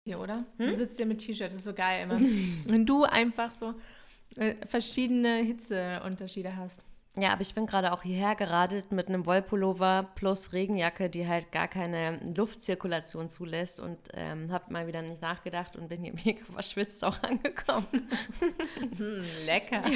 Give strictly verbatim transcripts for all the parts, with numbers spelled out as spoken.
hier, oder? Hm? Du sitzt ja mit T-Shirt, das ist so geil immer. Wenn du einfach so äh, verschiedene Hitzeunterschiede hast. Ja, aber ich bin gerade auch hierher geradelt mit einem Wollpullover plus Regenjacke, die halt gar keine Luftzirkulation zulässt und ähm, habe mal wieder nicht nachgedacht und bin hier mega verschwitzt auch angekommen. Hm, lecker.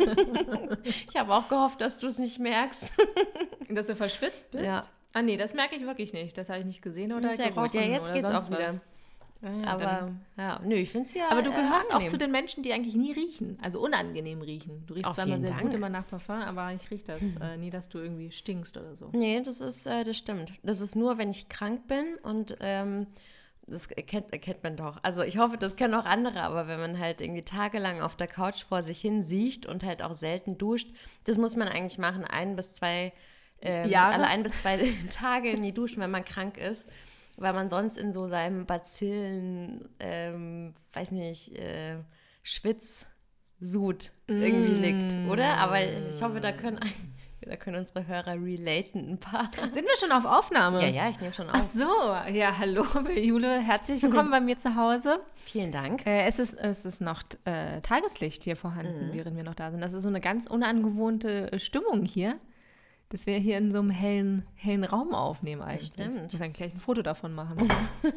Ich habe auch gehofft, dass du es nicht merkst. Dass du verschwitzt bist? Ja. Ah nee, das merke ich wirklich nicht. Das habe ich nicht gesehen oder Sehr gerochen gut, ja, jetzt oder geht's sonst auch wieder. was. Ah, ja, aber dann. ja, nö, ich finde es ja Aber du gehörst äh, auch zu den Menschen, die eigentlich nie riechen, also unangenehm riechen. Du riechst Auf zwar immer jeden sehr Dank. gut immer nach Parfum, aber ich rieche das äh, nie, dass du irgendwie stinkst oder so. Nee, das ist, äh, das stimmt. Das ist nur, wenn ich krank bin und ähm, das kennt, kennt man doch. Also ich hoffe, das kennen auch andere, aber wenn man halt irgendwie tagelang auf der Couch vor sich hin siecht und halt auch selten duscht, das muss man eigentlich machen, ein bis zwei, ähm, Jahre? alle ein bis zwei Tage nie duschen, wenn man krank ist, weil man sonst in so seinem Bazillen, ähm, weiß nicht, äh, Schwitzsud irgendwie liegt, oder? Aber ich, ich hoffe, da können, da können unsere Hörer relaten ein paar. Sind wir schon auf Aufnahme? Ja, ja, ich nehme schon Ach auf. so, ja, hallo Jule, herzlich willkommen bei mir zu Hause. Vielen Dank. Äh, es, ist, es ist noch äh, Tageslicht hier vorhanden, Mhm. während wir noch da sind. Das ist so eine ganz unangewohnte äh, Stimmung hier, dass wir hier in so einem hellen, hellen Raum aufnehmen eigentlich. stimmt. Ich muss dann gleich ein Foto davon machen.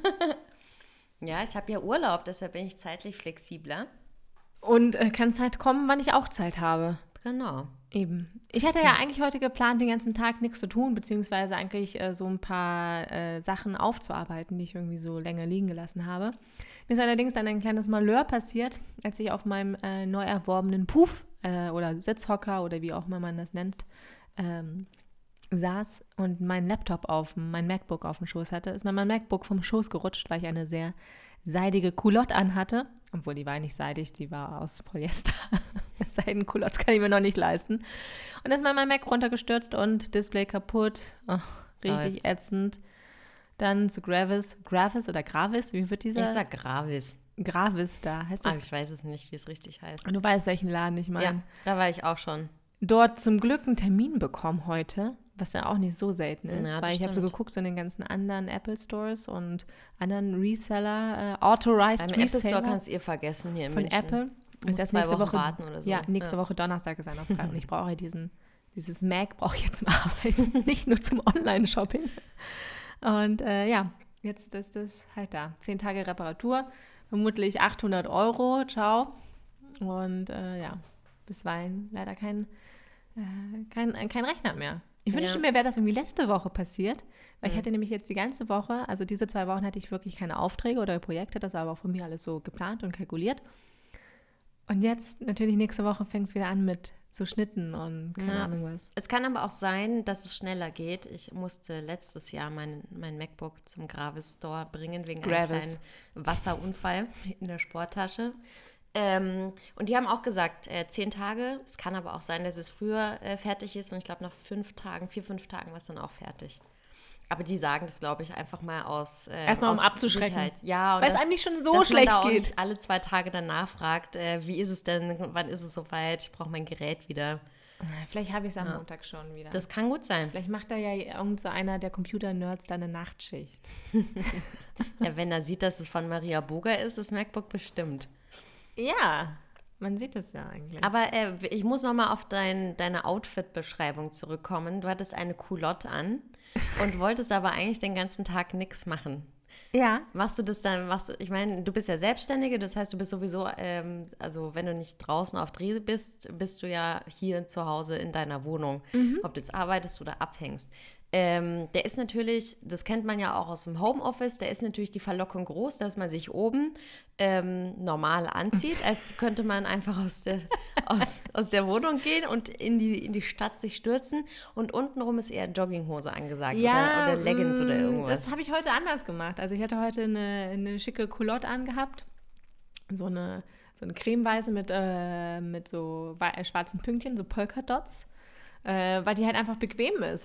Ja, ich habe ja Urlaub, deshalb bin ich zeitlich flexibler. Und äh, kann Zeit kommen, wann ich auch Zeit habe. Genau. Eben. Ich hatte ja eigentlich heute geplant, den ganzen Tag nichts zu tun, beziehungsweise eigentlich äh, so ein paar äh, Sachen aufzuarbeiten, die ich irgendwie so länger liegen gelassen habe. Mir ist allerdings dann ein kleines Malheur passiert, als ich auf meinem äh, neu erworbenen Puff äh, oder Sitzhocker oder wie auch immer man das nennt, ähm, saß und mein Laptop auf, mein MacBook auf dem Schoß hatte, ist mir mein MacBook vom Schoß gerutscht, weil ich eine sehr seidige Culotte anhatte. Obwohl, die war nicht seidig, die war aus Polyester. Seidenculottes kann ich mir noch nicht leisten. Und dann ist mir mein Mac runtergestürzt und Display kaputt. Oh, richtig Salz. ätzend. Dann zu Gravis. Gravis oder Gravis? Wie wird dieser? Ich sag Gravis. Gravis da. Heißt das? Aber ich weiß es nicht, wie es richtig heißt. Und du weißt, welchen Laden ich meine. Ja, da war ich auch schon. Dort zum Glück einen Termin bekommen heute, was ja auch nicht so selten ist, Ja, das weil ich habe so stimmt. geguckt, so in den ganzen anderen Apple Stores und anderen Reseller, äh, Authorized Beim Apple Store Reseller kannst du ihr vergessen hier in von München. Apple. Du musst das zwei nächste Wochen Woche warten oder so. Ja, nächste Ja. Woche Donnerstag ist einer frei und ich brauche diesen, dieses Mac brauche ich jetzt zum Arbeiten, nicht nur zum Online-Shopping. Und äh, ja, jetzt ist das halt da. Zehn Tage Reparatur, vermutlich achthundert Euro, ciao. Und äh, ja, bisweilen leider kein, äh, kein, kein Rechner mehr. Ich wünschte Ja. mir, wäre das irgendwie letzte Woche passiert, weil ich Mhm. hatte nämlich jetzt die ganze Woche, also diese zwei Wochen hatte ich wirklich keine Aufträge oder Projekte, das war aber auch von mir alles so geplant und kalkuliert. Und jetzt, natürlich nächste Woche, fängt es wieder an mit so Schnitten und keine Ja. Ahnung was. Es kann aber auch sein, dass es schneller geht. Ich musste letztes Jahr mein, mein MacBook zum Gravis Store bringen, wegen einem Gravis. kleinen Wasserunfall in der Sporttasche. Ähm, und die haben auch gesagt, äh, zehn Tage. Es kann aber auch sein, dass es früher äh, fertig ist. Und ich glaube, nach fünf Tagen, vier, fünf Tagen war es dann auch fertig. Aber die sagen das, glaube ich, einfach mal aus äh, Erstmal, um aus abzuschrecken. Sicherheit. Ja, und Weil es das- einem nicht schon so dass schlecht man da auch geht. nicht alle zwei Tage danach fragt, äh, wie ist es denn, wann ist es soweit, ich brauche mein Gerät wieder. Vielleicht habe ich es am Ja. Montag schon wieder. Das kann gut sein. Vielleicht macht da ja irgend so einer der Computer-Nerds da eine Nachtschicht. Ja, wenn er sieht, dass es von Maria Boger ist, das MacBook bestimmt. Ja, man sieht es ja eigentlich. Aber äh, ich muss nochmal auf dein, deine Outfit-Beschreibung zurückkommen. Du hattest eine Culotte an und wolltest aber eigentlich den ganzen Tag nichts machen. ja, Machst du das dann, machst du, ich meine, du bist ja Selbstständige, das heißt, du bist sowieso, ähm, also wenn du nicht draußen auf Dreh bist, bist du ja hier zu Hause in deiner Wohnung, ob du jetzt arbeitest oder abhängst. Ähm, der ist natürlich, das kennt man ja auch aus dem Homeoffice, der ist natürlich die Verlockung groß, dass man sich oben ähm, normal anzieht, als könnte man einfach aus der, aus, aus der Wohnung gehen und in die, in die Stadt sich stürzen und untenrum ist eher Jogginghose angesagt ja, oder, oder Leggings mh, oder irgendwas. Das habe ich heute anders gemacht. Also ich hatte heute eine, eine schicke Culotte angehabt. So eine, so eine cremeweiße mit, äh, mit so wei- schwarzen Pünktchen, so Polka-Dots, äh, weil die halt einfach bequem ist.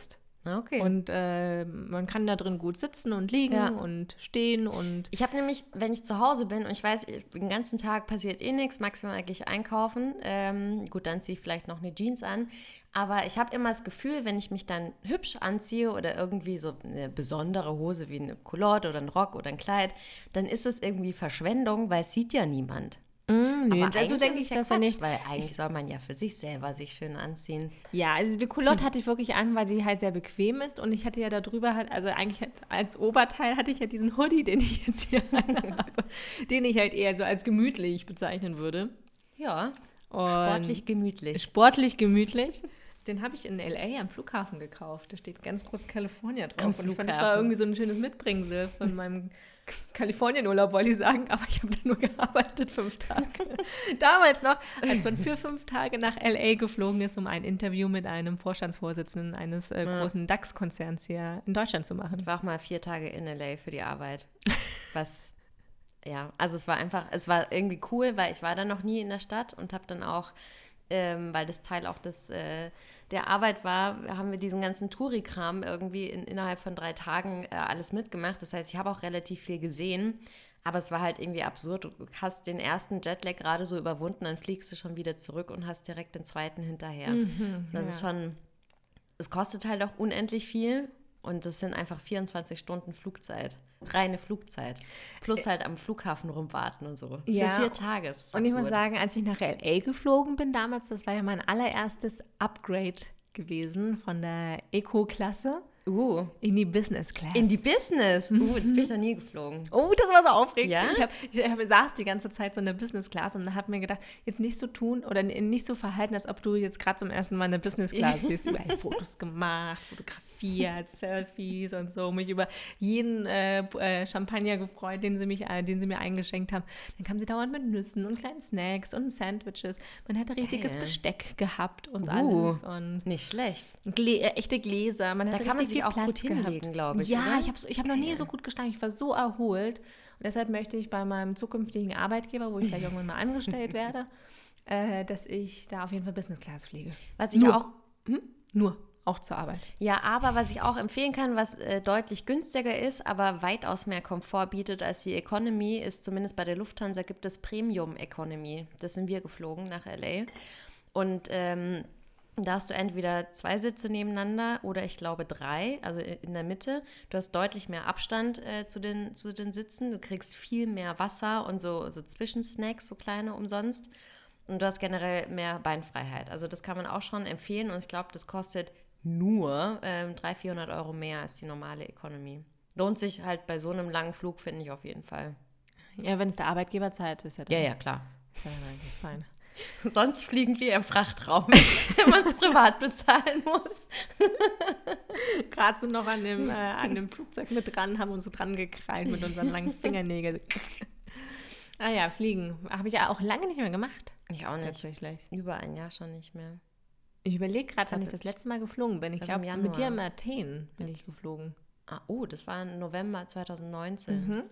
Okay. Und äh, man kann da drin gut sitzen und liegen Ja. und stehen und... Ich habe nämlich, wenn ich zu Hause bin und ich weiß, den ganzen Tag passiert eh nichts, maximal gehe ich einkaufen. Ähm, gut, dann ziehe ich vielleicht noch eine Jeans an. Aber ich habe immer das Gefühl, wenn ich mich dann hübsch anziehe oder irgendwie so eine besondere Hose wie eine Culotte oder ein Rock oder ein Kleid, dann ist es irgendwie Verschwendung, weil es sieht ja niemand. Mm, nö, Aber also eigentlich denke ist ich es ja das ja Quatsch, nicht. weil eigentlich soll man ja für sich selber sich schön anziehen. Ja, also die Culotte hatte ich wirklich an, weil die halt sehr bequem ist und ich hatte ja darüber halt, also eigentlich halt als Oberteil hatte ich ja diesen Hoodie, den ich jetzt hier habe, den ich halt eher so als gemütlich bezeichnen würde. Ja, Und sportlich gemütlich. Sportlich gemütlich. Den habe ich in L A am Flughafen gekauft. Da steht ganz groß California drauf. Am Und ich fand, das Flughafen. war irgendwie so ein schönes Mitbringsel von meinem Kalifornien-Urlaub, wollte ich sagen. Aber ich habe da nur gearbeitet, fünf Tage. Damals noch, als man für fünf Tage nach L A geflogen ist, um ein Interview mit einem Vorstandsvorsitzenden eines äh, Ja. großen DAX-Konzerns hier in Deutschland zu machen. Ich war auch mal vier Tage in L A für die Arbeit. Was, ja, also es war einfach, es war irgendwie cool, weil ich war da noch nie in der Stadt und habe dann auch, ähm, weil das Teil auch des, äh, der Arbeit war, haben wir diesen ganzen Touri-Kram irgendwie in, innerhalb von drei Tagen äh, alles mitgemacht. Das heißt, ich habe auch relativ viel gesehen, aber es war halt irgendwie absurd. Du hast den ersten Jetlag gerade so überwunden, dann fliegst du schon wieder zurück und hast direkt den zweiten hinterher. Mhm, das ja. ist schon, es kostet halt auch unendlich viel. Und das sind einfach vierundzwanzig Stunden Flugzeit. Reine Flugzeit. Plus halt am Flughafen rumwarten und so. Ja. Für vier Tage. Das ist Und ich muss absurd. sagen, als ich nach L A geflogen bin damals, das war ja mein allererstes Upgrade gewesen von der Eco-Klasse Uh, in die Business Class. in die Business. Uh, jetzt bin ich noch nie geflogen. Oh, das war so aufregend. Ja? Ich, hab, ich hab, saß die ganze Zeit so in der Business Class und habe mir gedacht, jetzt nicht so tun oder nicht so verhalten, als ob du jetzt gerade zum ersten Mal in der Business Class siehst. Überall Fotos gemacht, fotografiert, Selfies und so. Mich über jeden äh, äh, Champagner gefreut, den sie, mich, äh, den sie mir eingeschenkt haben. Dann kamen sie dauernd mit Nüssen und kleinen Snacks und Sandwiches. Man hatte richtiges Geil. Besteck gehabt und Uh, alles. Und Nicht schlecht. Glä äh, echte Gläser. Man Da hatte kann man richtig sich viel auch Platz gut hinlegen, gehabt. glaube ich, Ja, oder? ich habe ich hab noch nie so gut geschlafen. Ich war so erholt. Und deshalb möchte ich bei meinem zukünftigen Arbeitgeber, wo ich vielleicht irgendwann mal angestellt werde, äh, dass ich da auf jeden Fall Business Class fliege. Was ich Nur. auch, Nur, auch zur Arbeit. ja, aber was ich auch empfehlen kann, was äh, deutlich günstiger ist, aber weitaus mehr Komfort bietet als die Economy, ist zumindest bei der Lufthansa gibt es Premium Economy. Das sind wir geflogen nach L A. Und ähm, da hast du entweder zwei Sitze nebeneinander oder ich glaube drei, also in der Mitte. Du hast deutlich mehr Abstand äh, zu, den, zu den Sitzen. Du kriegst viel mehr Wasser und so, so Zwischensnacks, so kleine umsonst. Und du hast generell mehr Beinfreiheit. Also das kann man auch schon empfehlen. Und ich glaube, das kostet nur ähm, dreihundert, vierhundert Euro mehr als die normale Economy. Lohnt sich halt bei so einem langen Flug, finde ich auf jeden Fall. Ja, wenn es der Arbeitgeber zahlt, ist ja dann, Ja, ja, klar. ist ja dann eigentlich fein. Sonst fliegen wir im Frachtraum, wenn man es privat bezahlen muss. Gerade so noch an dem, äh, an dem Flugzeug mit dran, haben uns so dran gekrallt mit unseren langen Fingernägeln. Ah ja, fliegen. Habe ich ja auch lange nicht mehr gemacht. Ich auch nicht. Tatsächlich. Über ein Jahr schon nicht mehr. Ich überlege gerade, wann ich glaub, das letzte Mal geflogen bin. Ich glaub, im glaube, mit dir Januar. im Athen bin ich geflogen. Ah, oh, das war im November zwanzig neunzehn. Mhm.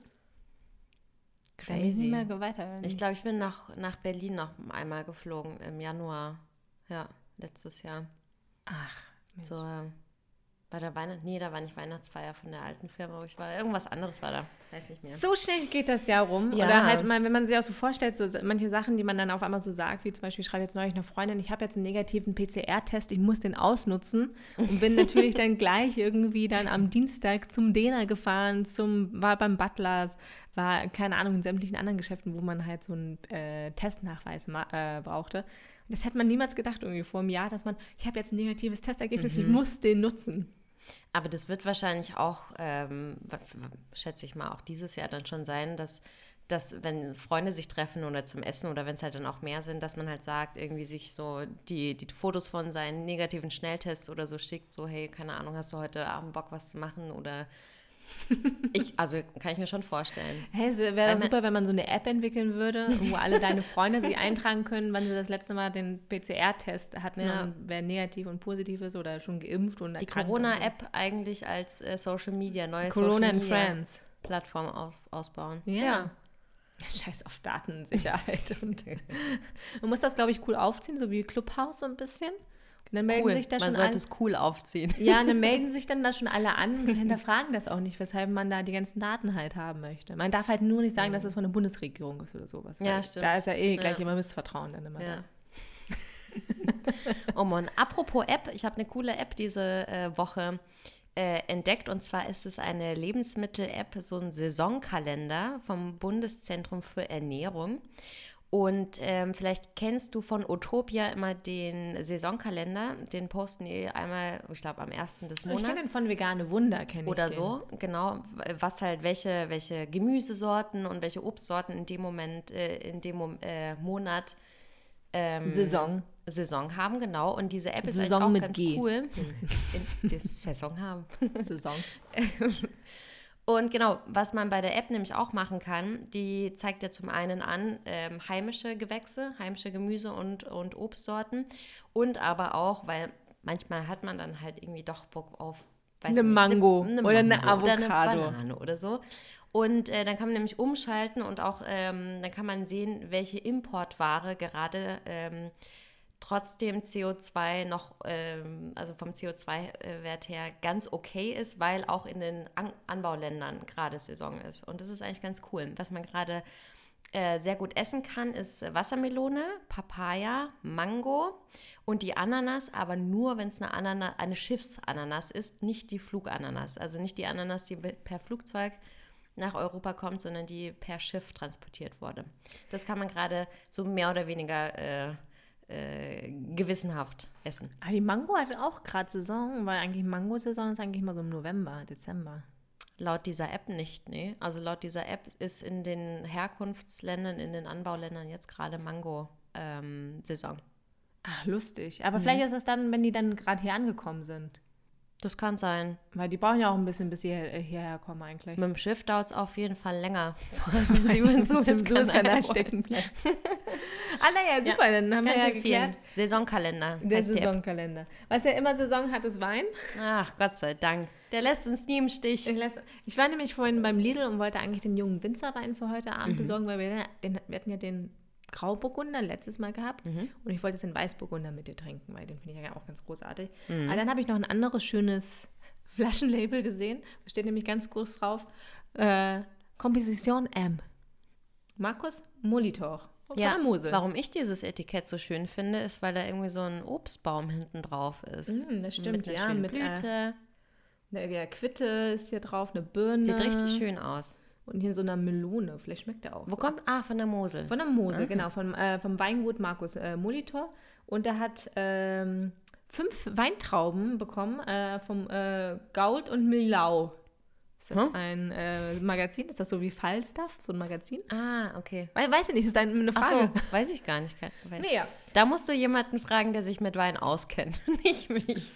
Da bin ich Crazy. nicht mehr weiter. Ich glaube, ich bin nach, nach Berlin noch einmal geflogen im Januar. Ja, letztes Jahr. Ach, Zur, bei der Weihnachts... Nee, da war nicht Weihnachtsfeier von der alten Firma, wo ich war. Irgendwas anderes war da. Weiß nicht mehr. so schnell geht das Jahr rum. Ja. Oder halt mal, wenn man sich auch so vorstellt, so manche Sachen, die man dann auf einmal so sagt, wie zum Beispiel, ich schreibe jetzt neulich einer Freundin, ich habe jetzt einen negativen P C R-Test, ich muss den ausnutzen und bin natürlich dann gleich irgendwie dann am Dienstag zum Dena gefahren, zum, war beim Butlers, war, keine Ahnung, in sämtlichen anderen Geschäften, wo man halt so einen äh, Testnachweis ma- äh, brauchte. Und das hätte man niemals gedacht irgendwie vor einem Jahr, dass man, ich habe jetzt ein negatives Testergebnis, Mhm. ich muss den nutzen. Aber das wird wahrscheinlich auch, ähm, schätze ich mal, auch dieses Jahr dann schon sein, dass, dass wenn Freunde sich treffen oder zum Essen oder wenn es halt dann auch mehr sind, dass man halt sagt, irgendwie sich so die, die Fotos von seinen negativen Schnelltests oder so schickt, so hey, keine Ahnung, hast du heute Abend Bock, was zu machen oder ich, also kann ich mir schon vorstellen. Hey, es wäre Weil doch man- super, wenn man so eine App entwickeln würde, wo alle deine Freunde sich eintragen können, wann sie das letzte Mal den P C R-Test hatten Ja. und wer negativ und positiv ist oder schon geimpft und Die erkrankt. Corona-App eigentlich als äh, Social Media, neue und so. Corona Social and Media Friends. Plattform auf, ausbauen. Ja. Scheiß auf Datensicherheit. Und man muss das, glaube ich, cool aufziehen, so wie Clubhouse so ein bisschen. Dann melden cool. sich da man schon sollte an, es cool aufziehen. Ja, dann melden sich dann da schon alle an und hinterfragen das auch nicht, weshalb man da die ganzen Daten halt haben möchte. Man darf halt nur nicht sagen, mhm. dass das von der Bundesregierung ist oder sowas. Ja, stimmt. Da ist ja eh gleich ja. immer Missvertrauen dann immer ja. da. Oh Mann, apropos App, ich habe eine coole App diese äh, Woche äh, entdeckt und zwar ist es eine Lebensmittel-App, so ein Saisonkalender vom Bundeszentrum für Ernährung. Und ähm, vielleicht kennst du von Utopia immer den Saisonkalender, den posten die einmal, ich glaube, am ersten des Monats. Ich kenne den von Vegane Wunder, kenne ich Oder den. so, genau, was halt, welche, welche Gemüsesorten und welche Obstsorten in dem Moment, äh, in dem Mo- äh, Monat ähm, Saison. Saison haben, genau. Und diese App ist Saison eigentlich auch mit ganz G. cool. In, die Saison haben. Saison. Und genau, was man bei der App nämlich auch machen kann, die zeigt ja zum einen an ähm, heimische Gewächse, heimische Gemüse und, und Obstsorten und aber auch, weil manchmal hat man dann halt irgendwie doch Bock auf weiß eine nicht, Mango eine, eine oder Mango eine Avocado. Oder eine Banane oder so. Und äh, dann kann man nämlich umschalten und auch, ähm, dann kann man sehen, welche Importware gerade ähm, trotzdem C O zwei noch, ähm, also vom C O zwei Wert her ganz okay ist, weil auch in den An- Anbauländern gerade Saison ist. Und das ist eigentlich ganz cool. Was man gerade äh, sehr gut essen kann, ist Wassermelone, Papaya, Mango und die Ananas, aber nur, wenn es eine Ananas, eine Schiffsananas ist, nicht die Flugananas. Also nicht die Ananas, die per Flugzeug nach Europa kommt, sondern die per Schiff transportiert wurde. Das kann man gerade so mehr oder weniger äh, Äh, gewissenhaft essen. Aber die Mango hat auch gerade Saison, weil eigentlich Mango-Saison ist eigentlich mal so im November, Dezember. Laut dieser App nicht, nee. Also laut dieser App ist in den Herkunftsländern, in den Anbauländern jetzt gerade Mango-Saison. Ähm, Ach, lustig. Aber Mhm. vielleicht ist das dann, wenn die dann gerade hier angekommen sind. Das kann sein. Weil die brauchen ja auch ein bisschen, bis sie hier, hierher kommen eigentlich. Mit dem Schiff dauert es auf jeden Fall länger. Wenn sie über den Suezkanal stecken bleiben. Ah, naja, super, ja, dann haben wir ja geklärt. Saisonkalender. Der Saisonkalender. Was ja immer Saison hat, ist Wein. Ach, Gott sei Dank. Der lässt uns nie im Stich. Ich, lasse, ich war nämlich vorhin beim Lidl und wollte eigentlich den jungen Winzerwein für heute Abend mhm. besorgen, weil wir, den, wir hatten ja den Grauburgunder letztes Mal gehabt mhm. und ich wollte jetzt den Weißburgunder mit dir trinken, weil den finde ich ja auch ganz großartig. Mhm. Aber dann habe ich noch ein anderes schönes Flaschenlabel gesehen, da steht nämlich ganz groß drauf, äh, Komposition M. Markus Molitor. Ja, warum ich dieses Etikett so schön finde, ist, weil da irgendwie so ein Obstbaum hinten drauf ist. Mm, das stimmt, mit einer ja. schönen Mit Blüte. Eine ja, Quitte ist hier drauf, eine Birne. Sieht richtig schön aus. Und hier so eine Melone, vielleicht schmeckt der auch. Wo so. kommt? Ah, von der Mosel. Von der Mosel, mhm. genau, vom, äh, vom Weingut Markus äh, Molitor. Und der hat ähm, fünf Weintrauben bekommen äh, vom äh, Gault und Millau. Ist das hm? ein äh, Magazin? Ist das so wie Falstaff, so ein Magazin? Ah, okay. We- weiß ich nicht, ist das eine Frage. Ach so, weiß ich gar nicht. Weiß nee, ja. Da musst du jemanden fragen, der sich mit Wein auskennt, nicht mich.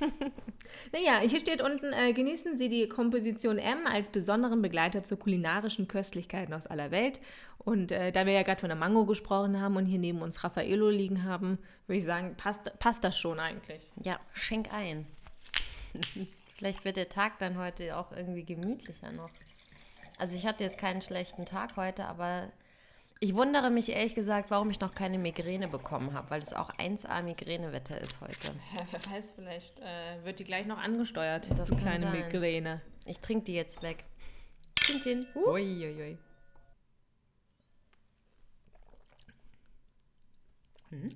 Naja, hier steht unten, äh, genießen Sie die Komposition M als besonderen Begleiter zu kulinarischen Köstlichkeiten aus aller Welt. Und äh, da wir ja gerade von der Mango gesprochen haben und hier neben uns Raffaello liegen haben, würde ich sagen, passt, passt das schon eigentlich. Ja, schenk ein. Vielleicht wird der Tag dann heute auch irgendwie gemütlicher noch. Also ich hatte jetzt keinen schlechten Tag heute, aber ich wundere mich ehrlich gesagt, warum ich noch keine Migräne bekommen habe, weil es auch eins A Migränewetter ist heute. Ja, wer weiß, vielleicht äh, wird die gleich noch angesteuert, das die kleine sein. Migräne. Ich trinke die jetzt weg. Chin, chin. Uh. Ui, ui, ui. Hm?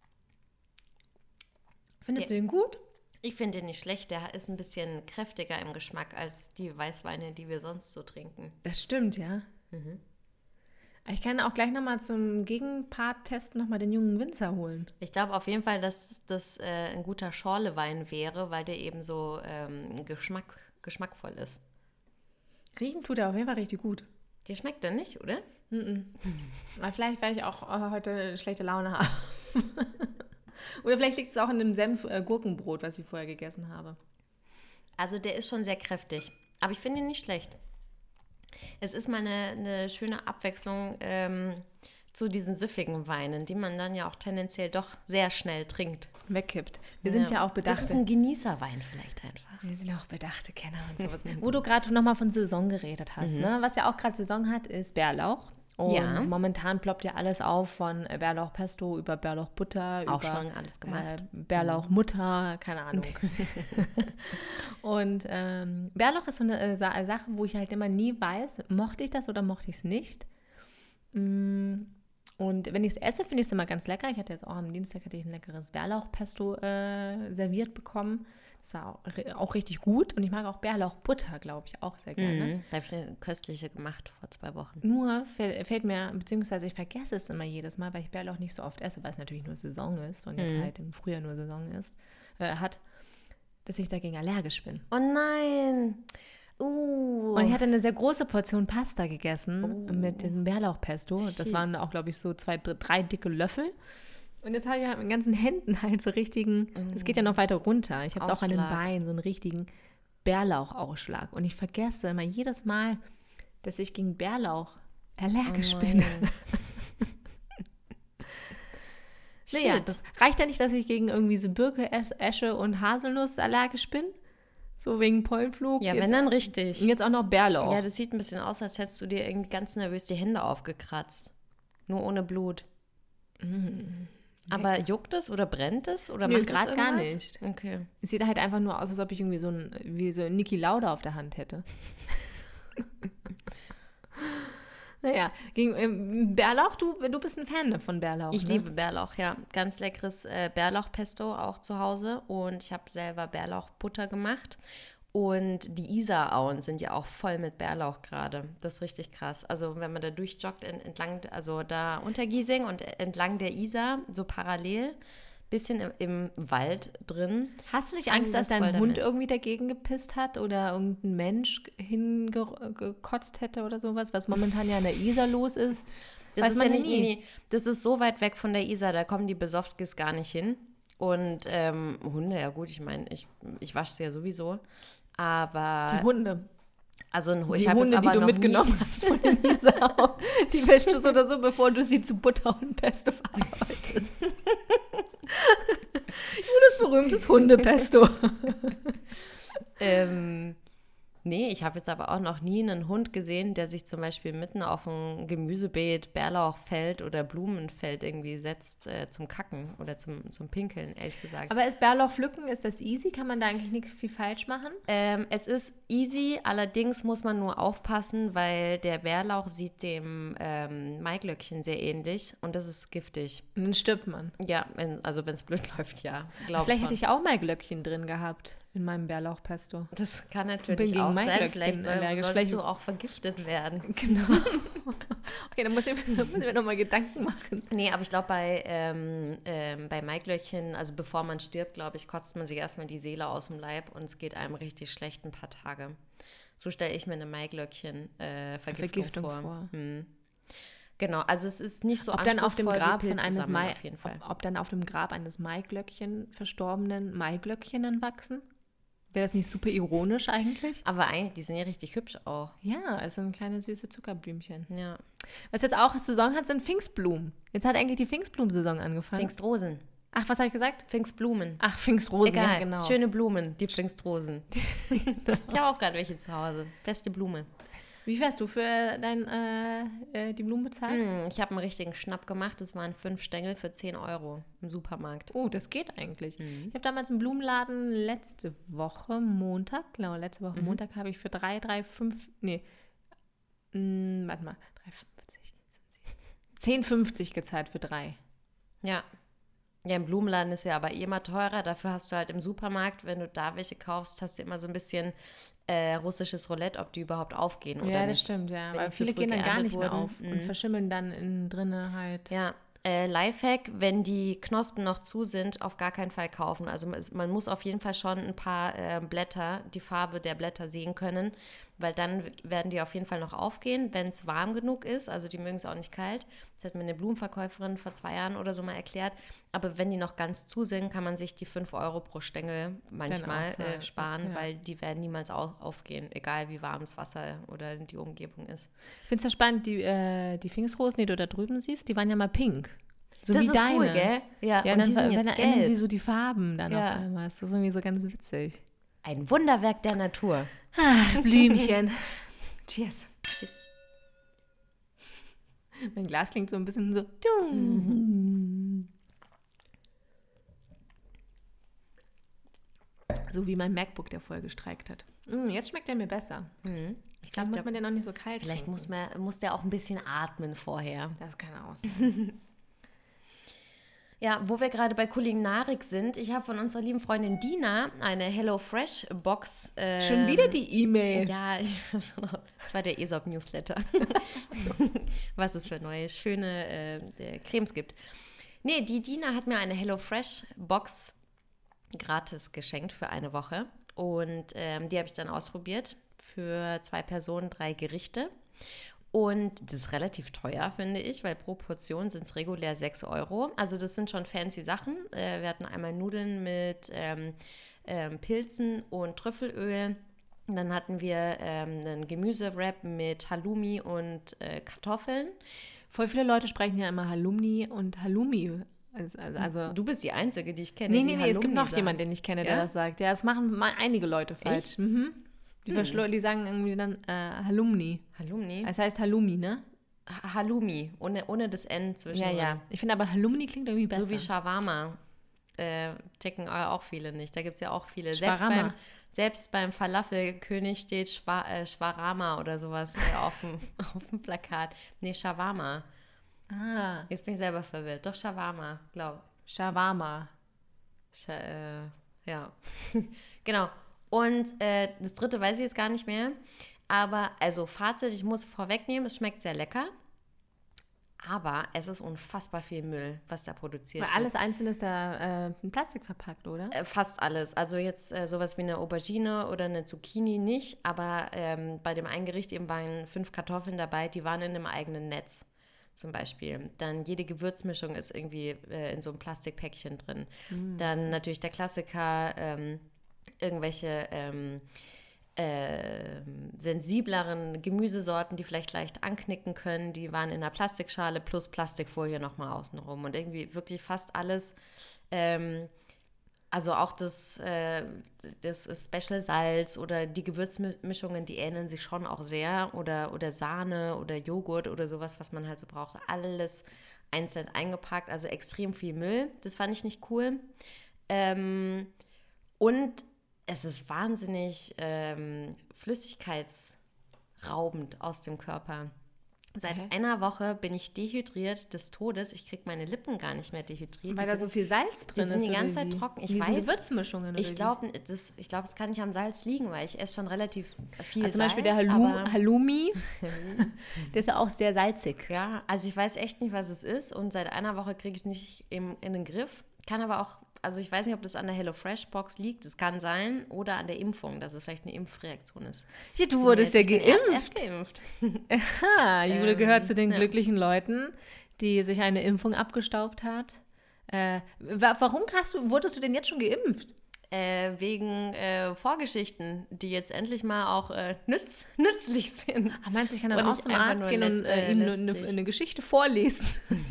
Findest ja. du den gut? Ich finde den nicht schlecht. Der ist ein bisschen kräftiger im Geschmack als die Weißweine, die wir sonst so trinken. Das stimmt, ja. Mhm. Ich kann auch gleich nochmal zum Gegenpart-Test nochmal den jungen Winzer holen. Ich glaube auf jeden Fall, dass das äh, ein guter Schorlewein wäre, weil der eben so ähm, Geschmack, geschmackvoll ist. Riechen tut er auf jeden Fall richtig gut. Dir schmeckt der nicht, oder? Mhm. Aber vielleicht, weil ich auch äh, heute schlechte Laune habe. Oder vielleicht liegt es auch in dem Senf-Gurkenbrot, was ich vorher gegessen habe. Also der ist schon sehr kräftig. Aber ich finde ihn nicht schlecht. Es ist mal eine, eine schöne Abwechslung ähm, zu diesen süffigen Weinen, die man dann ja auch tendenziell doch sehr schnell trinkt. Wegkippt. Wir sind ja, ja auch bedachte. Das ist ein Genießerwein vielleicht einfach. Wir sind auch bedachte Kenner und sowas. Wo du gerade nochmal von Saison geredet hast. Mhm. Ne? Was ja auch gerade Saison hat, ist Bärlauch. Und Ja. momentan ploppt ja alles auf von Bärlauchpesto über Bärlauchbutter, Auch über schon alles gemacht. äh, Bärlauchmutter, keine Ahnung. Und ähm, Bärlauch ist so eine äh, Sa- Sache, wo ich halt immer nie weiß, mochte ich das oder mochte ich es nicht. Mm, Und wenn ich es esse, finde ich es immer ganz lecker. Ich hatte jetzt auch am Dienstag hatte ich ein leckeres Bärlauchpesto äh, serviert bekommen. Das war auch, ri- auch richtig gut. Und ich mag auch Bärlauchbutter, glaube ich, auch sehr gerne. Mhm. Da habe ich eine köstliche gemacht vor zwei Wochen. Nur fällt, fällt mir, beziehungsweise ich vergesse es immer jedes Mal, weil ich Bärlauch nicht so oft esse, weil es natürlich nur Saison ist und jetzt Mhm. halt im Frühjahr nur Saison ist, äh, hat, dass ich dagegen allergisch bin. Oh nein. Uh. Und ich hatte eine sehr große Portion Pasta gegessen Oh. mit diesem Bärlauchpesto. Das Shit. waren auch, glaube ich, so zwei, drei, drei dicke Löffel. Und jetzt habe ich halt mit den ganzen Händen halt so richtigen, das geht ja noch weiter runter. Ich habe es auch an den Ausschlag. Beinen, so einen richtigen Bärlauchausschlag. Und ich vergesse immer jedes Mal, dass ich gegen Bärlauch allergisch Oh bin. nein. Naja, Shit. das reicht ja nicht, dass ich gegen irgendwie so Birke, Es- Esche und Haselnuss allergisch bin. So wegen Pollenflug. Ja, jetzt, wenn dann richtig. jetzt auch noch Bärlauch. Ja, das sieht ein bisschen aus, als hättest du dir irgendwie ganz nervös die Hände aufgekratzt. Nur ohne Blut. Aber juckt es oder brennt es? Oder Nö, macht es grad gar irgendwas? nicht. Okay. Es sieht halt einfach nur aus, als ob ich irgendwie so ein, wie so Niki Lauda auf der Hand hätte. Naja, gegen ähm, Bärlauch, du, du bist ein Fan von Bärlauch, Ich ne? liebe Bärlauch, ja. Ganz leckeres äh, Bärlauchpesto auch zu Hause. Und ich habe selber Bärlauchbutter gemacht. Und die Isarauen sind ja auch voll mit Bärlauch gerade. Das ist richtig krass. Also wenn man da durchjoggt ent- entlang, also da unter Giesing und entlang der Isar, so parallel, bisschen im, im Wald drin. Hast du nicht Fangen Angst, dass das dein voll Hund damit. irgendwie dagegen gepisst hat oder irgendein Mensch hingekotzt hätte oder sowas, was momentan ja an der Isar los ist? Das Weiß ist man ja ja nicht, nie. nee, nee, das ist so weit weg von der Isar, da kommen die Besowskis gar nicht hin. Und ähm, Hunde, ja gut, ich meine, ich, ich wasche sie ja sowieso. Aber, Die Hunde. also ein, ich Die habe es Hunde, aber die du noch mitgenommen hast von der Isar, die wäschst du so oder so, bevor du sie zu Butter und Pesto verarbeitest. Judas berühmtes Hundepesto. Nie, ähm, nee, ich habe jetzt aber auch noch nie einen Hund gesehen, der sich zum Beispiel mitten auf ein Gemüsebeet, Bärlauchfeld oder Blumenfeld irgendwie setzt äh, zum Kacken oder zum, zum Pinkeln, ehrlich gesagt. Aber ist Bärlauch pflücken, ist das easy? Kann man da eigentlich nicht viel falsch machen? Ähm, es ist easy, allerdings muss man nur aufpassen, weil der Bärlauch sieht dem ähm, Maiglöckchen sehr ähnlich und das ist giftig. Und dann stirbt man. Ja, wenn, also wenn es blöd läuft, ja, glaube Vielleicht schon. hätte ich auch mal Glöckchen drin gehabt in meinem Bärlauchpesto. Das kann Bin natürlich gegen auch sein. Maiglöckchen Vielleicht soll, allergisch. solltest Vielleicht- du auch vergiftet werden. Genau. Okay, dann muss ich, dann muss ich mir nochmal Gedanken machen. Nee, aber ich glaube, bei, ähm, ähm, bei Maiglöckchen, also bevor man stirbt, glaube ich, kotzt man sich erstmal die Seele aus dem Leib und es geht einem richtig schlecht ein paar Tage. So stelle ich mir eine Maiglöckchen-Vergiftung Vergiftung vor. vor. Hm. Genau, also es ist nicht so Ob dann auf dem anspruchsvoll wie Grab von Pilze eines sammeln, Mai, auf jeden Fall. ob, ob dann auf dem Grab eines Maiglöckchen verstorbenen Maiglöckchen wachsen? Wäre das nicht super ironisch eigentlich? Aber eigentlich, die sind ja richtig hübsch auch. Ja, es sind kleine süße Zuckerblümchen. Ja. Was jetzt auch Saison hat, sind Pfingstblumen. Jetzt hat eigentlich die Pfingstblumensaison angefangen. Pfingstrosen, Ach, was habe ich gesagt? Pfingstblumen. Ach, Pfingstrosen, Egal, ja, genau. schöne Blumen, die Pfingstrosen. Ich habe auch gerade welche zu Hause. Beste Blume. Wie viel hast du für dein, äh, äh, die Blumen bezahlt? Hm, ich habe einen richtigen Schnapp gemacht. Das waren fünf Stängel für zehn Euro im Supermarkt. Oh, das geht eigentlich. Mhm. Ich habe damals einen Blumenladen letzte Woche, Montag, genau, letzte Woche Montag habe ich für drei, drei, fünf, nee, mh, warte mal, drei fünfzig, zehn fünfzig gezahlt für drei. Ja. Ja, im Blumenladen ist ja aber eh immer teurer. Dafür hast du halt im Supermarkt, wenn du da welche kaufst, hast du immer so ein bisschen äh, russisches Roulette, ob die überhaupt aufgehen oder Ja, das nicht. stimmt, ja. Wenn Weil die zu viele früh gehen dann gar geerntet nicht mehr wurden. auf und Mhm. verschimmeln dann innen drinne halt. Ja, äh, Lifehack, wenn die Knospen noch zu sind, auf gar keinen Fall kaufen. Also es- man muss auf jeden Fall schon ein paar äh, Blätter, die Farbe der Blätter sehen können, weil dann werden die auf jeden Fall noch aufgehen, wenn es warm genug ist. Also die mögen es auch nicht kalt. Das hat mir eine Blumenverkäuferin vor zwei Jahren oder so mal erklärt. Aber wenn die noch ganz zu sind, kann man sich die fünf Euro pro Stängel manchmal auch zahlen. äh, sparen, Ja. weil die werden niemals au- aufgehen, egal wie warm das Wasser oder die Umgebung ist. Ich finde es ja spannend, die, äh, die Pfingstrosen, die du da drüben siehst, die waren ja mal pink. So das wie ist deine. cool, gell? Ja, Ja, und dann, die sind wenn, jetzt dann ändern gelb. sie so die Farben dann Ja. auf einmal. Das ist irgendwie so ganz witzig. Ein Wunderwerk der Natur. Ah, Blümchen. Cheers. Tschüss. Mein Glas klingt so ein bisschen so. So wie mein MacBook, der vorher gestreikt hat. Mm, jetzt schmeckt er mir besser. Mhm. Ich glaube, muss man den noch nicht so kalt Vielleicht trinken. muss, man, muss der auch ein bisschen atmen vorher. Das kann auch sein. Ja, wo wir gerade bei Kulinarik sind, ich habe von unserer lieben Freundin Dina eine HelloFresh-Box. Ähm, Schon wieder die E-Mail. Ja, das war der Aesop-Newsletter. Was es für neue, schöne äh, Cremes gibt. Nee, die Dina hat mir eine HelloFresh-Box gratis geschenkt für eine Woche. Und ähm, die habe ich dann ausprobiert für zwei Personen, drei Gerichte. Und das ist relativ teuer, finde ich, weil pro Portion sind es regulär sechs Euro. Also das sind schon fancy Sachen. Äh, wir hatten einmal Nudeln mit ähm, ähm, Pilzen und Trüffelöl. Und dann hatten wir ähm, einen Gemüsewrap mit Halloumi und äh, Kartoffeln. Voll viele Leute sprechen ja immer Halloumi und Halloumi. Also, also Du bist die Einzige, die ich kenne, nee, die nee, nee, Halloumi es gibt noch sagt. jemanden, den ich kenne, der Ja? das sagt. Ja, das machen mal einige Leute falsch. Echt? Mhm. Die, Hm. verschlo- die sagen irgendwie dann äh, Halloumi. Halloumi? Es heißt Halloumi, ne? Ha- Halloumi, ohne, ohne das N zwischen. Ja, ja. Ich finde aber Halloumi klingt irgendwie besser. So wie Shawarma. Äh, checken auch viele nicht. Da gibt es ja auch viele. Selbst Shawarma. beim, selbst beim Falafelkönig steht Schwa, äh, Shawarma oder sowas äh, auf, dem, auf dem Plakat. Nee, Shawarma. Ah, Jetzt bin ich selber verwirrt. Doch, Shawarma, glaub. Shawarma. Scha äh, ja. Genau. Und äh, das dritte weiß ich jetzt gar nicht mehr. Aber, also Fazit, ich muss vorwegnehmen, es schmeckt sehr lecker. Aber es ist unfassbar viel Müll, was da produziert Weil wird. alles einzeln ist da äh, in Plastik verpackt, oder? Äh, Fast alles. Also jetzt äh, sowas wie eine Aubergine oder eine Zucchini nicht. Aber ähm, bei dem einen Gericht eben waren fünf Kartoffeln dabei, die waren in einem eigenen Netz zum Beispiel. Dann jede Gewürzmischung ist irgendwie äh, in so einem Plastikpäckchen drin. Mm. Dann natürlich der Klassiker, ähm, irgendwelche ähm, äh, sensibleren Gemüsesorten, die vielleicht leicht anknicken können, die waren in einer Plastikschale plus Plastikfolie nochmal außenrum. Und irgendwie wirklich fast alles, ähm, also auch das, äh, das Special Salz oder die Gewürzmischungen, die ähneln sich schon auch sehr. Oder, oder Sahne oder Joghurt oder sowas, was man halt so braucht. Alles einzeln eingepackt, also extrem viel Müll. Das fand ich nicht cool. Ähm, und es ist wahnsinnig ähm, flüssigkeitsraubend aus dem Körper. Seit Okay. einer Woche bin ich dehydriert des Todes. Ich kriege meine Lippen gar nicht mehr dehydriert. Weil Die da sind- so viel Salz drin ist. sind die oder ganze wie? Zeit trocken. Ich In diesen weiß- Gewürzmischungen. Ich oder glaube, das, ich glaub, es kann nicht am Salz liegen, weil ich esse schon relativ viel wie? Also zum Salz. Beispiel der Halloum, aber, Halloumi, der ist ja auch sehr salzig. ja, also ich weiß echt nicht, was es ist. Und seit einer Woche kriege ich nicht im, in den Griff. Kann aber auch, also ich weiß nicht, ob das an der HelloFresh-Box liegt. Das kann sein. Oder an der Impfung, dass es vielleicht eine Impfreaktion ist. Ja, du wurdest ja Ich bin erst- geimpft. Erst geimpft. Ha, Jule Ähm, gehört zu den ja. glücklichen Leuten, die sich eine Impfung abgestaubt hat. Äh, wa- warum hast du, wurdest du denn jetzt schon geimpft? Äh, wegen äh, Vorgeschichten, die jetzt endlich mal auch äh, nütz, nützlich sind. Ah, meinst du, ich kann dann Und auch nicht zum einfach Arzt nur gehen und letzt- äh, äh, ihm eine, eine, letztlich. eine Geschichte vorlesen?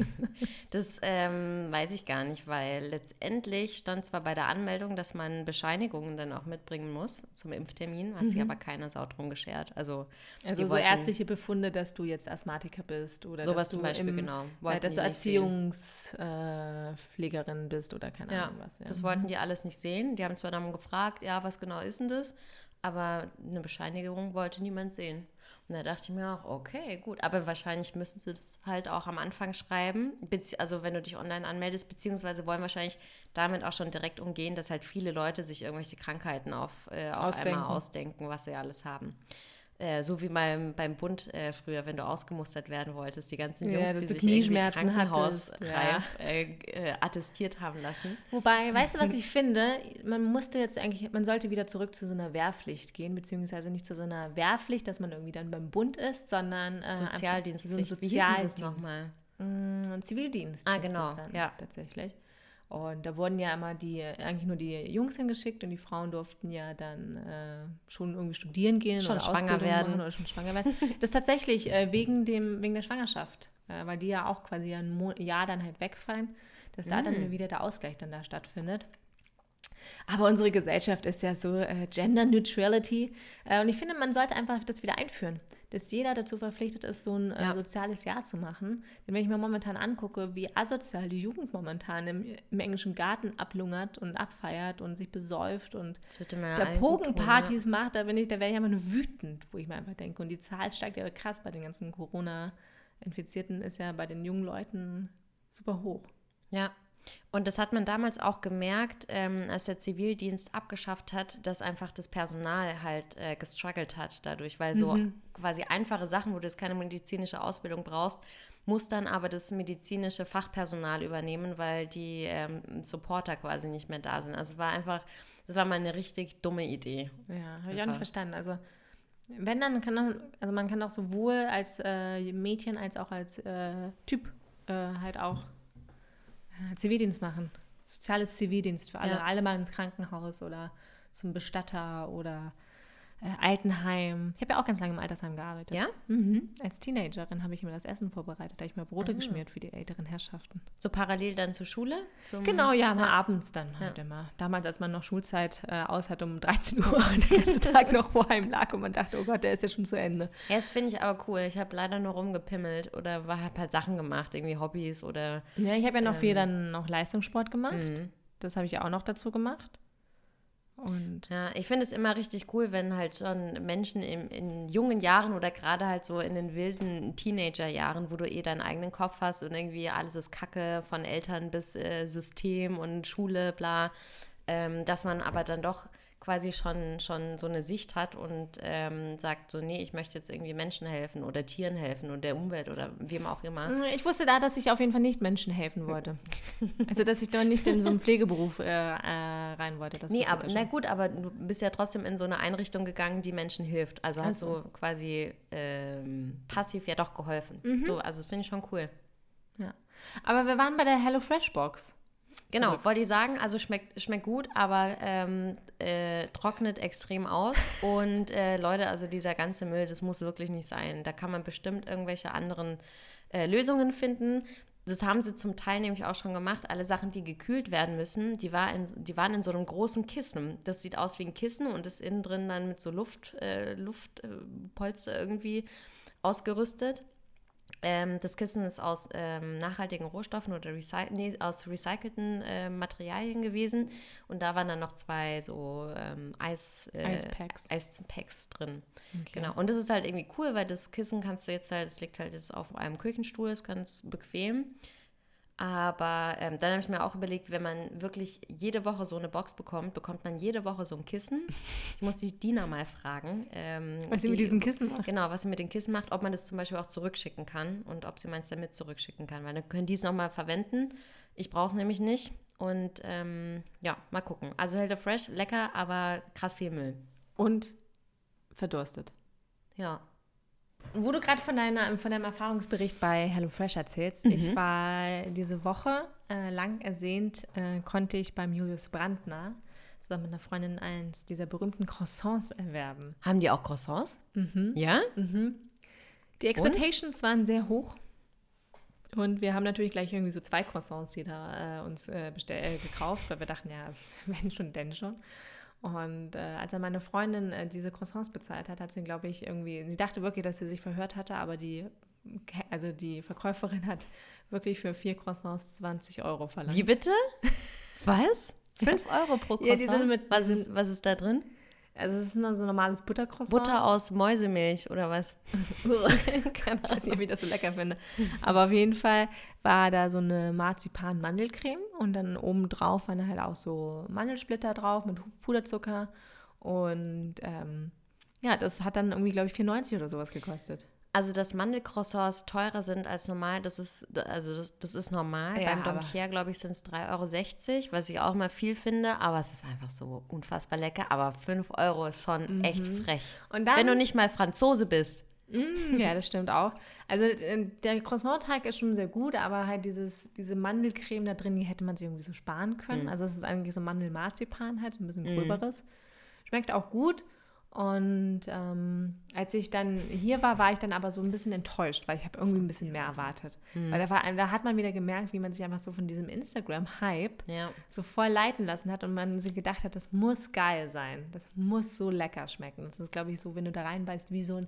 Das ähm, weiß ich gar nicht, weil letztendlich stand zwar bei der Anmeldung, dass man Bescheinigungen dann auch mitbringen muss zum Impftermin, hat sich aber keine Sau drum geschert. Also, Also die so wollten- ärztliche Befunde, dass du jetzt Asthmatiker bist oder Sowas dass du zum Beispiel, im, genau. Äh, Wollten dass die du nicht sehen. Erziehungspflegerin bist oder keine Ja, Ahnung was. Ja. das wollten die alles nicht sehen. Die haben zwar dann gefragt, ja, was genau ist denn das? Aber eine Bescheinigung wollte niemand sehen. Und da dachte ich mir auch, okay, gut. Aber wahrscheinlich müssen sie das halt auch am Anfang schreiben. Bezieh- Also wenn du dich online anmeldest, beziehungsweise wollen wahrscheinlich damit auch schon direkt umgehen, dass halt viele Leute sich irgendwelche Krankheiten auf, äh, auf Ausdenken. einmal ausdenken, was sie alles haben. Äh, so wie beim, beim Bund äh, früher, wenn du ausgemustert werden wolltest. Die ganzen Ja, Jungs, dass die du sich irgendwie Knieschmerzen hattest, krankenhausreif äh, äh, attestiert haben lassen. Wobei, weißt du, was ich finde? Man musste jetzt eigentlich, man sollte wieder zurück zu so einer Wehrpflicht gehen, beziehungsweise nicht zu so einer Wehrpflicht, dass man irgendwie dann beim Bund ist, sondern äh, Sozialdienstpflicht. so ein Wie hieß denn das Sozialdienst. nochmal? Mm, Zivildienst Ah, ist genau, das dann ja. tatsächlich. Und da wurden ja immer die, eigentlich nur die Jungs hingeschickt und die Frauen durften ja dann äh, schon irgendwie studieren gehen Schon oder schwanger Ausbildung werden. machen oder schon schwanger werden. Das ist tatsächlich äh, wegen, dem, wegen der Schwangerschaft, äh, weil die ja auch quasi ein Mo- Jahr dann halt wegfallen, dass da Mm. dann wieder der Ausgleich dann da stattfindet. Aber unsere Gesellschaft ist ja so äh, Gender Neutrality äh, und ich finde, man sollte einfach das wieder einführen. dass jeder dazu verpflichtet ist, so ein Ja. äh, soziales Jahr zu machen. Denn wenn ich mir momentan angucke, wie asozial die Jugend momentan im, im englischen Garten ablungert und abfeiert und sich besäuft und Das wird immer ja der allen gut tun, Pogenpartys macht, da bin ich, da wäre ich einfach nur wütend, wo ich mir einfach denke. Und die Zahl steigt ja krass bei den ganzen Corona-Infizierten, ist ja bei den jungen Leuten super hoch. Ja, und das hat man damals auch gemerkt, ähm, als der Zivildienst abgeschafft hat, dass einfach das Personal halt äh, gestruggelt hat dadurch, weil so Mhm. quasi einfache Sachen, wo du jetzt keine medizinische Ausbildung brauchst, muss dann aber das medizinische Fachpersonal übernehmen, weil die ähm, Supporter quasi nicht mehr da sind. Also es war einfach, das war mal eine richtig dumme Idee. Ja, habe ich auch Einfach. nicht verstanden. Also wenn, dann kann man, also man kann auch sowohl als äh, Mädchen als auch als äh, Typ äh, halt auch äh, Zivildienst machen. Soziales Zivildienst für alle. Ja. Alle mal ins Krankenhaus oder zum Bestatter oder äh, Altenheim. Ich habe ja auch ganz lange im Altersheim gearbeitet. Ja? Mhm. Als Teenagerin habe ich mir das Essen vorbereitet. Da habe ich mir Brote Ah. geschmiert für die älteren Herrschaften. So parallel dann zur Schule? Zum, Genau, ja, mal abends dann halt Ja. immer. Damals, als man noch Schulzeit äh, aus hat um dreizehn Uhr und den ganzen Tag noch vor einem lag und man dachte, oh Gott, der ist jetzt schon zu Ende. Ja, das finde ich aber cool. Ich habe leider nur rumgepimmelt oder habe halt Sachen gemacht, irgendwie Hobbys oder... Ja, ich habe ja noch Ähm. viel dann noch Leistungssport gemacht. Mhm. Das habe ich ja auch noch dazu gemacht. Und Ja, ich finde es immer richtig cool, wenn halt schon Menschen im, in jungen Jahren oder gerade halt so in den wilden Teenagerjahren, wo du eh deinen eigenen Kopf hast und irgendwie alles ist Kacke von Eltern bis äh, System und Schule, bla, ähm, dass man aber dann doch quasi schon, schon so eine Sicht hat und ähm, sagt so, nee, ich möchte jetzt irgendwie Menschen helfen oder Tieren helfen oder der Umwelt oder wem auch immer. ich wusste da, dass ich auf jeden Fall nicht Menschen helfen wollte. Also, dass ich doch nicht in so einen Pflegeberuf äh, äh, rein wollte. Das Nee, wusste ich aber da na schon. gut, aber du bist ja trotzdem in so eine Einrichtung gegangen, die Menschen hilft. Also hast Ach so. du quasi ähm, passiv ja doch geholfen. Mhm. So, also das finde ich schon cool. Ja. Aber wir waren bei der HelloFresh-Box. Genau, Zurück. wollte ich sagen, also schmeckt, schmeckt gut, aber ähm, äh, trocknet extrem aus. Und äh, Leute, also dieser ganze Müll, das muss wirklich nicht sein. Da kann man bestimmt irgendwelche anderen äh, Lösungen finden. Das haben sie zum Teil nämlich auch schon gemacht. Alle Sachen, die gekühlt werden müssen, die, war in, die waren in so einem großen Kissen. Das sieht aus wie ein Kissen und ist innen drin dann mit so Luft, äh, Luftpolster irgendwie ausgerüstet. Ähm, das Kissen ist aus ähm, nachhaltigen Rohstoffen oder recy- nee, aus recycelten äh, Materialien gewesen. Und da waren dann noch zwei so ähm, Eis, äh, Eispacks. Eispacks drin. Okay. Genau. Und das ist halt irgendwie cool, weil das Kissen kannst du jetzt halt, das liegt halt jetzt auf einem Küchenstuhl, ist ganz bequem. Aber ähm, dann habe ich mir auch überlegt, wenn man wirklich jede Woche so eine Box bekommt, bekommt man jede Woche so ein Kissen. Ich muss die Dina mal fragen. Ähm, Was sie mit die- diesen Kissen macht. Genau, was sie mit den Kissen macht, ob man das zum Beispiel auch zurückschicken kann und ob sie meins damit zurückschicken kann, weil dann können die es nochmal verwenden. Ich brauche es nämlich nicht. Und ähm, ja, mal gucken. Also HelloFresh, lecker, aber krass viel Müll. Und verdurstet. Ja. Wo du gerade von, deiner, von deinem Erfahrungsbericht bei HelloFresh erzählst, Mhm. ich war diese Woche äh, lang ersehnt, äh, konnte ich beim Julius Brandner zusammen mit einer Freundin eins dieser berühmten Croissants erwerben. Haben die auch Croissants? Mhm. Ja? Die Expectations waren sehr hoch und wir haben natürlich gleich irgendwie so zwei Croissants jeder äh, uns äh, bestell, äh, gekauft, weil wir dachten, ja, es wenn schon, denn schon. Und äh, als dann meine Freundin äh, diese Croissants bezahlt hat, hat sie, glaube ich, irgendwie, sie dachte wirklich, dass sie sich verhört hatte, aber die, also die Verkäuferin hat wirklich für vier Croissants zwanzig Euro verlangt. Wie bitte? Was? Fünf Euro pro Croissant? Ja, die sind mit- was, die ist, was ist da drin? Also es ist nur so ein normales Buttercroissant. Butter aus Mäusemilch oder was? Keine Ahnung, wie ich das so lecker finde. Aber auf jeden Fall war da so eine Marzipan-Mandelcreme und dann obendrauf waren halt auch so Mandelsplitter drauf mit Puderzucker. Und ähm, ja, das hat dann irgendwie, glaube ich, vier neunzig oder sowas gekostet. Also, dass Mandelcroissants teurer sind als normal, das ist, also das, das ist normal. Ja, Beim aber- Domkier, glaube ich, sind es drei Euro sechzig, was ich auch mal viel finde, aber es ist einfach so unfassbar lecker. Aber fünf Euro ist schon echt frech. Und dann, Wenn du nicht mal Franzose bist. Mm, ja, das stimmt auch. Also äh, der Croissant-Teig ist schon sehr gut, aber halt dieses, diese Mandelcreme da drin, die hätte man sich irgendwie so sparen können. Also es ist eigentlich so Mandelmarzipan halt, ein bisschen gröberes. Schmeckt auch gut. Und ähm, als ich dann hier war, war ich dann aber so ein bisschen enttäuscht, weil ich habe irgendwie ein bisschen mehr erwartet. Weil da, war, da hat man wieder gemerkt, wie man sich einfach so von diesem Instagram-Hype Ja. so voll leiten lassen hat und man sich gedacht hat, das muss geil sein. Das muss so lecker schmecken. Das ist, glaube ich, so, wenn du da reinbeißt, wie so ein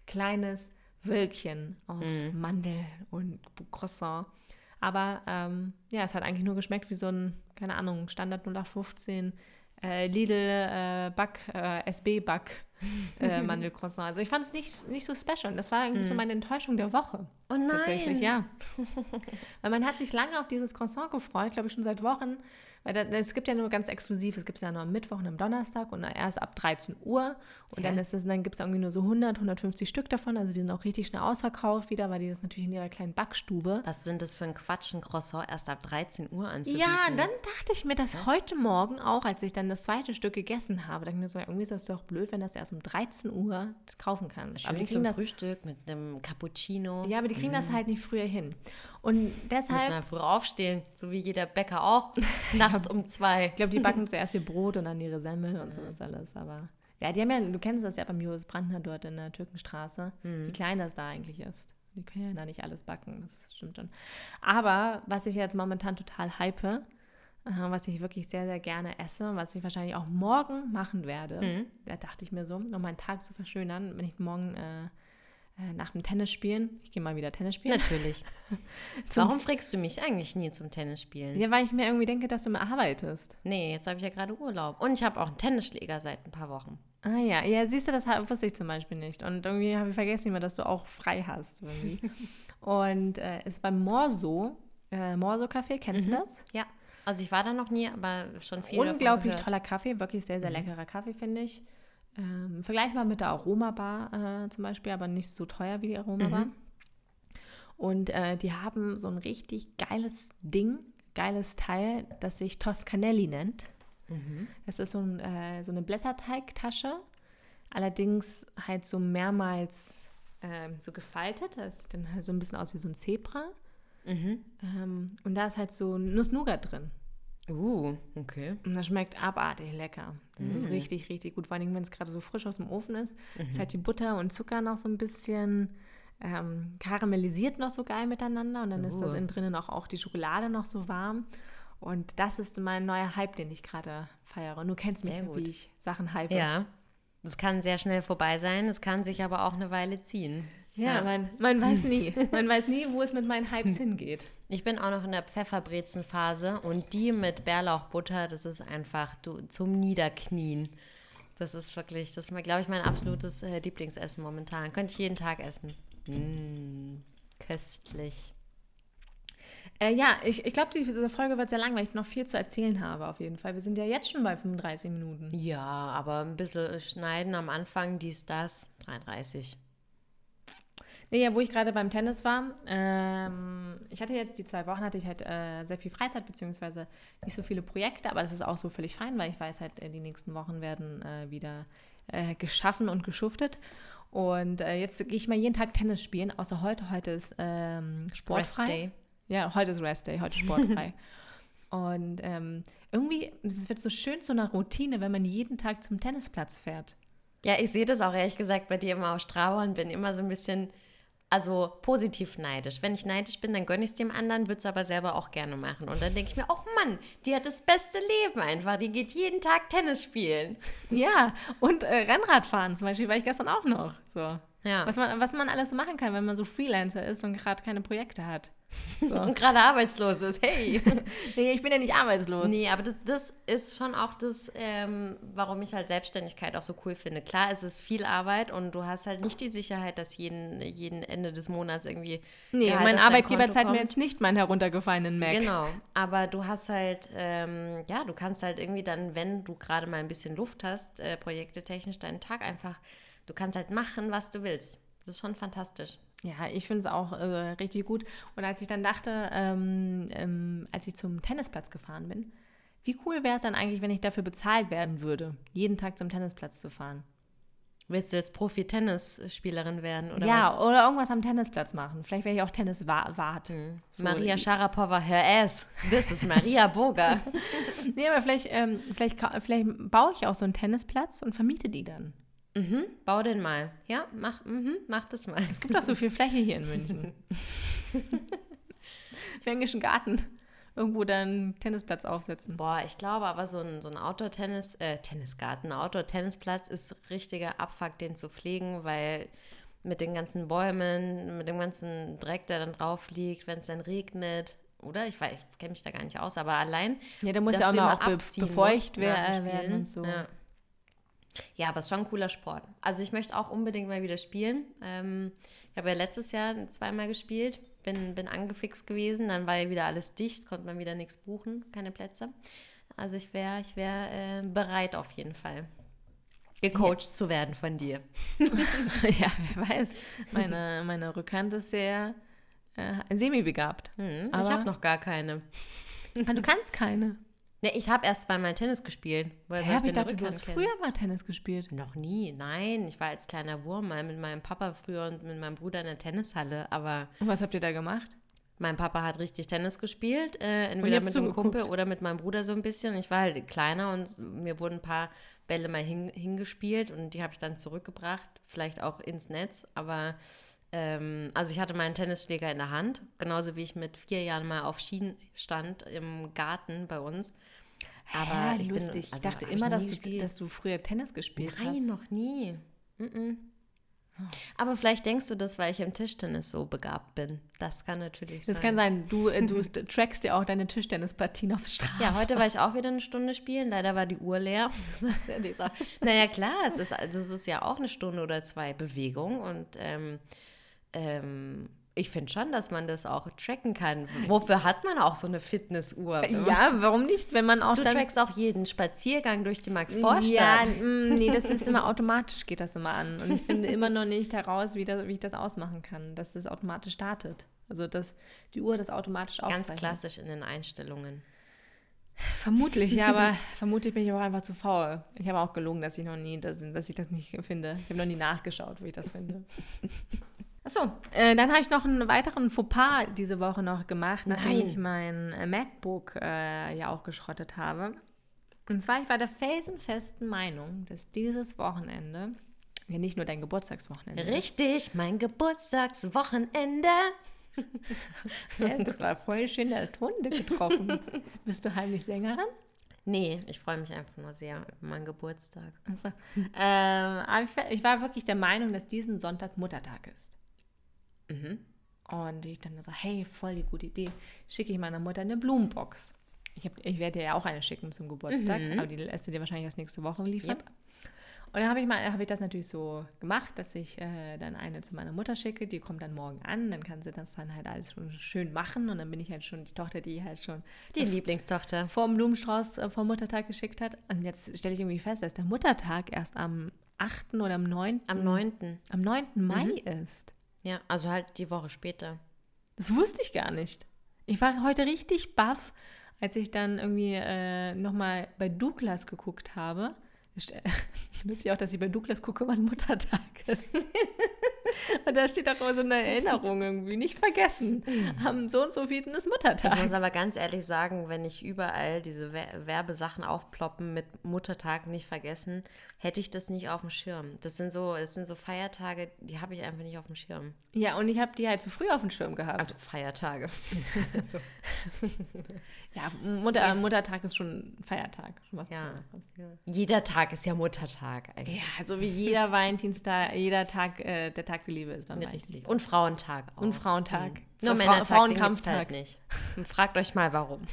kleines Wölkchen aus Mhm. Mandel und Croissant. Aber ähm, ja, es hat eigentlich nur geschmeckt wie so ein, keine Ahnung, Standard null acht fünfzehn äh, Lidl äh, Back, äh, S B Back äh, Mandelcroissant. Also ich fand es nicht, nicht so special. Das war eigentlich so meine Enttäuschung der Woche. Oh nein. Tatsächlich, ja. Weil man hat sich lange auf dieses Croissant gefreut, glaube ich schon seit Wochen. Weil da, es gibt ja nur ganz exklusiv, es gibt es ja nur am Mittwoch und am Donnerstag und erst ab dreizehn Uhr. Und Ja. dann, ist es, dann gibt es irgendwie nur so hundert, hundertfünfzig Stück davon. Also die sind auch richtig schnell ausverkauft wieder, weil die das natürlich in ihrer kleinen Backstube. Was sind das für ein Quatsch, ein Croissant erst ab dreizehn Uhr anzubieten? Ja, dann dachte ich mir das heute Morgen auch, als ich dann das zweite Stück gegessen habe. Da dachte ich mir so, irgendwie ist das doch blöd, wenn das erst um dreizehn Uhr kaufen kann. Schön aber die zum kriegen das, Frühstück mit einem Cappuccino. ja, aber die kriegen das halt nicht früher hin. Und Müssen deshalb, dann früh aufstehen, so wie jeder Bäcker auch, nachts um zwei. ich glaube, die backen zuerst ihr Brot und dann ihre Semmel und so ist alles. Aber ja, die haben ja, du kennst das ja beim Johannes Brandner dort in der Türkenstraße, wie klein das da eigentlich ist. Die können ja da nicht alles backen, das stimmt schon. Aber was ich jetzt momentan total hype, äh, was ich wirklich sehr, sehr gerne esse, was ich wahrscheinlich auch morgen machen werde, Mhm. da dachte ich mir so, um meinen Tag zu verschönern, wenn ich morgen äh, äh, nach dem Tennis spielen, ich gehe mal wieder Tennis spielen. Natürlich. Zum- Warum fragst du mich eigentlich nie zum Tennisspielen? Ja, weil ich mir irgendwie denke, dass du mal arbeitest. Nee, jetzt habe ich ja gerade Urlaub. Und ich habe auch einen Tennisschläger seit ein paar Wochen. Ah ja, ja, siehst du, das ha- wusste ich zum Beispiel nicht. Und irgendwie habe ich vergessen immer, dass du auch frei hast. Irgendwie. Und äh, ist beim Morso, äh, Morso Café, kennst du das? Ja, also ich war da noch nie, aber schon viel davon Unglaublich gehört. toller Kaffee, wirklich sehr, sehr leckerer Kaffee, finde ich. Ähm, vergleichbar mit der Aromabar äh, zum Beispiel, aber nicht so teuer wie die Aromabar. Und äh, die haben so ein richtig geiles Ding, geiles Teil, das sich Toscanelli nennt. Das ist so, ein, äh, so eine Blätterteigtasche, allerdings halt so mehrmals ähm, so gefaltet. Das sieht dann halt so ein bisschen aus wie so ein Zebra. Mhm. Ähm, und da ist halt so Nuss-Nougat drin. Uh, okay. Und das schmeckt abartig lecker. Das ist richtig, richtig gut. Vor allem, wenn es gerade so frisch aus dem Ofen ist. Ist halt die Butter und Zucker noch so ein bisschen ähm, karamellisiert noch so geil miteinander. Und dann ist das Uh. innen drinnen auch, auch die Schokolade noch so warm. Und das ist mein neuer Hype, den ich gerade feiere. Und du kennst mich Sehr ja, gut. wie ich Sachen hype. Ja, das kann sehr schnell vorbei sein, es kann sich aber auch eine Weile ziehen. Ja, Ja. Man, man weiß nie. Man weiß nie, wo es mit meinen Hypes hingeht. Ich bin auch noch in der Pfefferbrezenphase und die mit Bärlauchbutter, das ist einfach du, zum Niederknien. Das ist wirklich, das ist, glaube ich, mein absolutes äh, Lieblingsessen momentan. Könnte ich jeden Tag essen. Mm, köstlich. Äh, ja, ich, ich glaube, diese Folge wird sehr lang, weil ich noch viel zu erzählen habe auf jeden Fall. Wir sind ja jetzt schon bei fünfunddreißig Minuten. Ja, aber ein bisschen schneiden am Anfang, dies, das, dreiunddreißig. Nee, ja, wo ich gerade beim Tennis war, ähm, ich hatte jetzt die zwei Wochen, hatte ich halt äh, sehr viel Freizeit, beziehungsweise nicht so viele Projekte, aber das ist auch so völlig fein, weil ich weiß halt, äh, die nächsten Wochen werden äh, wieder äh, geschaffen und geschuftet. Und äh, jetzt gehe ich mal jeden Tag Tennis spielen, außer heute. Heute ist ähm, sportfrei. Rest Day. Ja, heute ist Rest Day, heute ist sportfrei. Und ähm, irgendwie, es wird so schön zu einer Routine, wenn man jeden Tag zum Tennisplatz fährt. Ja, ich sehe das auch ehrlich gesagt bei dir immer auf Strava und bin immer so ein bisschen, also positiv neidisch. Wenn ich neidisch bin, dann gönne ich es dem anderen, würde es aber selber auch gerne machen. Und dann denke ich mir, oh Mann, die hat das beste Leben einfach. Die geht jeden Tag Tennis spielen. Ja, und äh, Rennradfahren zum Beispiel war ich gestern auch noch. So. Ja. Was man, was man alles so machen kann, wenn man so Freelancer ist und gerade keine Projekte hat. So. Und gerade arbeitslos ist, hey. Nee, ich bin ja nicht arbeitslos. Nee, aber das, das ist schon auch das, ähm, warum ich halt Selbstständigkeit auch so cool finde. Klar, es ist viel Arbeit und du hast halt nicht die Sicherheit, dass jeden, jeden Ende des Monats irgendwie Nee, Gehalt mein auf dein Arbeitgeber Konto zahlt mir kommt. jetzt nicht meinen heruntergefallenen Mac. Genau, aber du hast halt, ähm, ja, du kannst halt irgendwie dann, wenn du gerade mal ein bisschen Luft hast, äh, projektetechnisch deinen Tag einfach, du kannst halt machen, was du willst. Das ist schon fantastisch. Ja, ich finde es auch äh, richtig gut. Und als ich dann dachte, ähm, ähm, als ich zum Tennisplatz gefahren bin, wie cool wäre es dann eigentlich, wenn ich dafür bezahlt werden würde, jeden Tag zum Tennisplatz zu fahren? Willst du jetzt Profi-Tennisspielerin werden oder ja, was? oder irgendwas am Tennisplatz machen. Vielleicht wäre ich auch Tenniswart. Hm. So, Maria die- Sharapova, her ass. This is Maria Boga. Nee, aber vielleicht, ähm, vielleicht, ka- vielleicht baue ich auch so einen Tennisplatz und vermiete die dann. mhm, bau den mal. Ja, mach, mhm, mach das mal. Es gibt auch so viel Fläche hier in München. Fränkischen Garten. Irgendwo dann einen Tennisplatz aufsetzen. Boah, ich glaube aber so ein, so ein Outdoor-Tennis, äh, Tennisgarten, ein Outdoor-Tennisplatz ist richtiger Abfuck, den zu pflegen, weil mit den ganzen Bäumen, mit dem ganzen Dreck, der dann drauf liegt, wenn es dann regnet. Oder? Ich, weiß, ich kenne mich da gar nicht aus, aber allein, Ja, da muss ja auch mal auch be befeucht werden, werden und so. Ja. ja, aber es ist schon ein cooler Sport. Also ich möchte auch unbedingt mal wieder spielen. Ähm, ich habe ja letztes Jahr zweimal gespielt, bin, bin angefixt gewesen, dann war ja wieder alles dicht, konnte man wieder nichts buchen, keine Plätze. Also ich wäre ich wär, äh, bereit auf jeden Fall, gecoacht ja. zu werden von dir. Ja, wer weiß. Meine, meine Rückhand ist sehr äh, semi-begabt. Hm, ich habe noch gar keine. Ah, du kannst keine? Ne, ich habe erst zweimal Tennis gespielt. Woher soll ja, ich, ich dachte, Rückhand du hast kennen? früher mal Tennis gespielt. Noch nie, nein. Ich war als kleiner Wurm mal mit meinem Papa früher und mit meinem Bruder in der Tennishalle, aber... Und was habt ihr da gemacht? Mein Papa hat richtig Tennis gespielt, äh, entweder mit einem Kumpel oder mit meinem Bruder so ein bisschen. Ich war halt kleiner und mir wurden ein paar Bälle mal hin, hingespielt und die habe ich dann zurückgebracht, vielleicht auch ins Netz, aber... Also ich hatte meinen Tennisschläger in der Hand, genauso wie ich mit vier Jahren mal auf Schienen stand im Garten bei uns. Aber Hä, ich lustig. Bin, also ich dachte immer, ich dass, du, dass du früher Tennis gespielt Nein, hast. Nein, noch nie. Mm-mm. Oh. Aber vielleicht denkst du das, weil ich im Tischtennis so begabt bin. Das kann natürlich sein. Das kann sein. Du, äh, du trackst ja auch deine Tischtennispartien aufs Strafraum. Ja, heute war ich auch wieder eine Stunde spielen. Leider war die Uhr leer. Naja, klar, es ist, also es ist ja auch eine Stunde oder zwei Bewegung und ähm, Ähm, ich finde schon, dass man das auch tracken kann. Wofür hat man auch so eine Fitnessuhr? Ja, warum nicht, wenn man auch Du dann... trackst auch jeden Spaziergang durch die Max-Vorstadt. Ja, mh, nee, das ist immer automatisch, geht das immer an. Und ich finde immer noch nicht heraus, wie, das, wie ich das ausmachen kann, dass es automatisch startet. Also, dass die Uhr das automatisch aufzeichnet. Ganz klassisch in den Einstellungen. Vermutlich, ja, aber vermutlich bin ich auch einfach zu faul. Ich habe auch gelogen, dass ich noch nie, dass, dass ich das nicht finde. Ich habe noch nie nachgeschaut, wie ich das finde. Achso, äh, dann habe ich noch einen weiteren Fauxpas diese Woche noch gemacht, nachdem Nein. ich mein äh, MacBook äh, ja auch geschrottet habe. Und zwar, ich war der felsenfesten Meinung, dass dieses Wochenende, ja nicht nur dein Geburtstagswochenende Richtig, ist. Mein Geburtstagswochenende. Ja, das war voll schön der Tonde getroffen. Bist du heimlich Sängerin? Nee, ich freue mich einfach nur sehr über meinen Geburtstag. Also, ähm, ich war wirklich der Meinung, dass diesen Sonntag Muttertag ist. Mhm. Und ich dann so, hey, voll die gute Idee, schicke ich meiner Mutter eine Blumenbox. Ich, hab, ich werde dir ja auch eine schicken zum Geburtstag, mhm. aber die lässt du dir wahrscheinlich erst nächste Woche liefern. Yep. Und dann habe ich, hab ich das natürlich so gemacht, dass ich äh, dann eine zu meiner Mutter schicke, die kommt dann morgen an, dann kann sie das dann halt alles schon schön machen und dann bin ich halt schon die Tochter, die halt schon die Lieblingstochter vor dem Blumenstrauß äh, vor Muttertag geschickt hat. Und jetzt stelle ich irgendwie fest, dass der Muttertag erst am achten oder am neunten Am neunten Am neunten Mai mhm. ist. Ja, also halt die Woche später. Das wusste ich gar nicht. Ich war heute richtig baff, als ich dann irgendwie äh, nochmal bei Douglas geguckt habe. Lustig auch, dass ich bei Douglas gucke, wann Muttertag ist. Und da steht auch immer so eine Erinnerung irgendwie, nicht vergessen. Am so und so vielten ist Muttertag. Ich muss aber ganz ehrlich sagen, wenn ich überall diese Werbesachen aufploppen mit Muttertag nicht vergessen, hätte ich das nicht auf dem Schirm. Das sind so, das sind so Feiertage, die habe ich einfach nicht auf dem Schirm. Ja, und ich habe die halt zu früh auf dem Schirm gehabt. Also Feiertage. so. Ja, Mutter, ja, Muttertag ist schon Feiertag. Schon was ja. ja. Jeder Tag ist ja Muttertag eigentlich. Ja, so wie jeder Valentinstag, jeder Tag, äh, der Tag der Liebe ist beim Valentinstag. Und Frauentag auch. Und Frauentag. Mhm. Nur Fra Männertag, Frauenkampftag halt nicht. Und fragt euch mal, warum.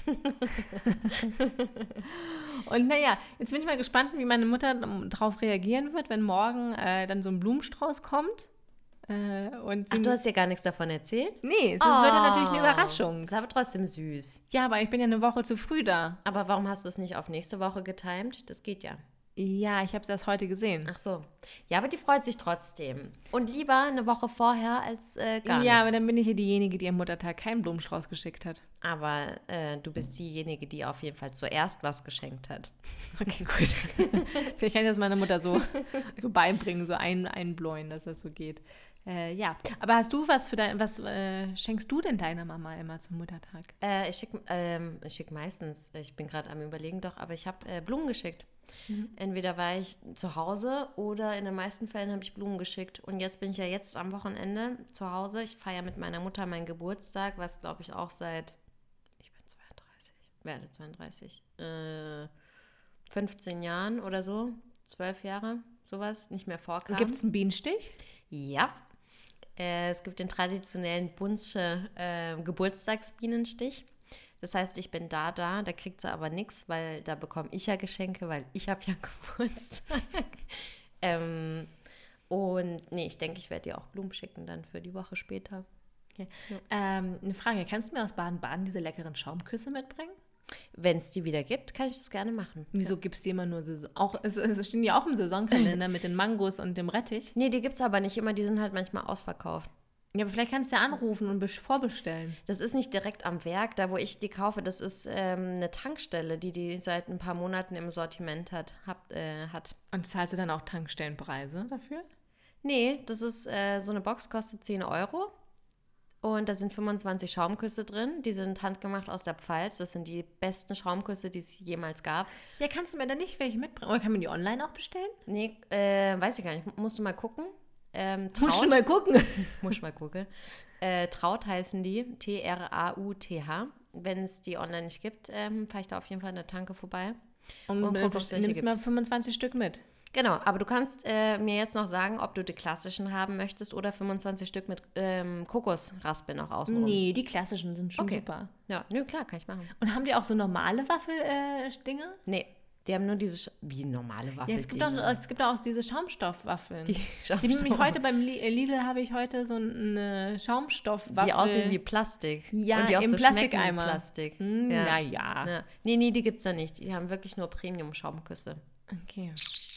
Und naja, jetzt bin ich mal gespannt, wie meine Mutter darauf reagieren wird, wenn morgen äh, dann so ein Blumenstrauß kommt. Äh, und Ach, du hast dir gar nichts davon erzählt? Nee, es oh, wird ja natürlich eine Überraschung. Das ist aber trotzdem süß. Ja, aber ich bin ja eine Woche zu früh da. Aber warum hast du es nicht auf nächste Woche getimt? Das geht ja. Ja, ich habe es erst heute gesehen. Ach so. Ja, aber die freut sich trotzdem. Und lieber eine Woche vorher als äh, gar ja, nichts. Ja, aber dann bin ich ja diejenige, die am Muttertag keinen Blumenstrauß geschickt hat. Aber äh, du bist diejenige, die auf jeden Fall zuerst was geschenkt hat. Okay, gut. Vielleicht kann ich das meiner Mutter so, so beibringen, so ein, einbläuen, dass das so geht. Äh, ja, aber hast du was für dein, was äh, schenkst du denn deiner Mama immer zum Muttertag? Äh, ich schicke ähm, ich schick meistens, ich bin gerade am Überlegen doch, aber ich habe äh, Blumen geschickt. Mhm. Entweder war ich zu Hause oder in den meisten Fällen habe ich Blumen geschickt. Und jetzt bin ich ja jetzt am Wochenende zu Hause. Ich feiere mit meiner Mutter meinen Geburtstag, was glaube ich auch seit, ich bin zweiunddreißig, werde zweiunddreißig, äh, fünfzehn Jahren oder so, zwölf Jahre, sowas, nicht mehr vorkam. Gibt es einen Bienenstich? Ja. Äh, es gibt den traditionellen Bunzsche äh, Geburtstagsbienenstich. Das heißt, ich bin da, da, da kriegt sie aber nichts, weil da bekomme ich ja Geschenke, weil ich habe ja Geburtstag. ähm, und nee, ich denke, ich werde dir auch Blumen schicken dann für die Woche später. Okay. Ja. Ähm, eine Frage, kannst du mir aus Baden-Baden diese leckeren Schaumküsse mitbringen? Wenn es die wieder gibt, kann ich das gerne machen. Wieso ja. gibt es die immer nur Saison? Auch, es, es stehen ja auch im Saisonkalender mit den Mangos und dem Rettich. Nee, die gibt es aber nicht immer, die sind halt manchmal ausverkauft. Ja, aber vielleicht kannst du ja anrufen und vorbestellen. Das ist nicht direkt am Werk, da wo ich die kaufe, das ist ähm, eine Tankstelle, die die seit ein paar Monaten im Sortiment hat. Hab, äh, hat. Und zahlst du dann auch Tankstellenpreise dafür? Nee, das ist äh, so eine Box, kostet zehn Euro. Und da sind fünfundzwanzig Schaumküsse drin. Die sind handgemacht aus der Pfalz. Das sind die besten Schaumküsse, die es jemals gab. Ja, kannst du mir da nicht welche mitbringen? Oder kann man die online auch bestellen? Nee, äh, weiß ich gar nicht. Musst du mal gucken. Ähm, Musst du mal gucken. Muss mal gucken. Äh, Traut heißen die. T R A U T H. Wenn es die online nicht gibt, ähm, fahre ich da auf jeden Fall in der Tanke vorbei. Und, und guck, nimmst du mal fünfundzwanzig Stück mit. Genau, aber du kannst äh, mir jetzt noch sagen, ob du die klassischen haben möchtest oder fünfundzwanzig Stück mit ähm, Kokosraspeln noch außenrum. Nee, die klassischen sind schon okay. super. Ja, nö, klar, kann ich machen. Und haben die auch so normale Waffel-Dinge? Äh, nee, die haben nur diese, Sch- wie normale Waffeln. Ja, es gibt, auch, es gibt auch diese Schaumstoffwaffeln. Die, Schaumstoff. die nämlich heute beim Lidl habe ich heute so eine Schaumstoffwaffel. Die aussehen wie Plastik. Ja, und die auch im so Plastikeimer. Wie Plastik. Mm, ja. Naja. Ja. Nee, nee, die gibt es da nicht. Die haben wirklich nur Premium-Schaumküsse. Okay.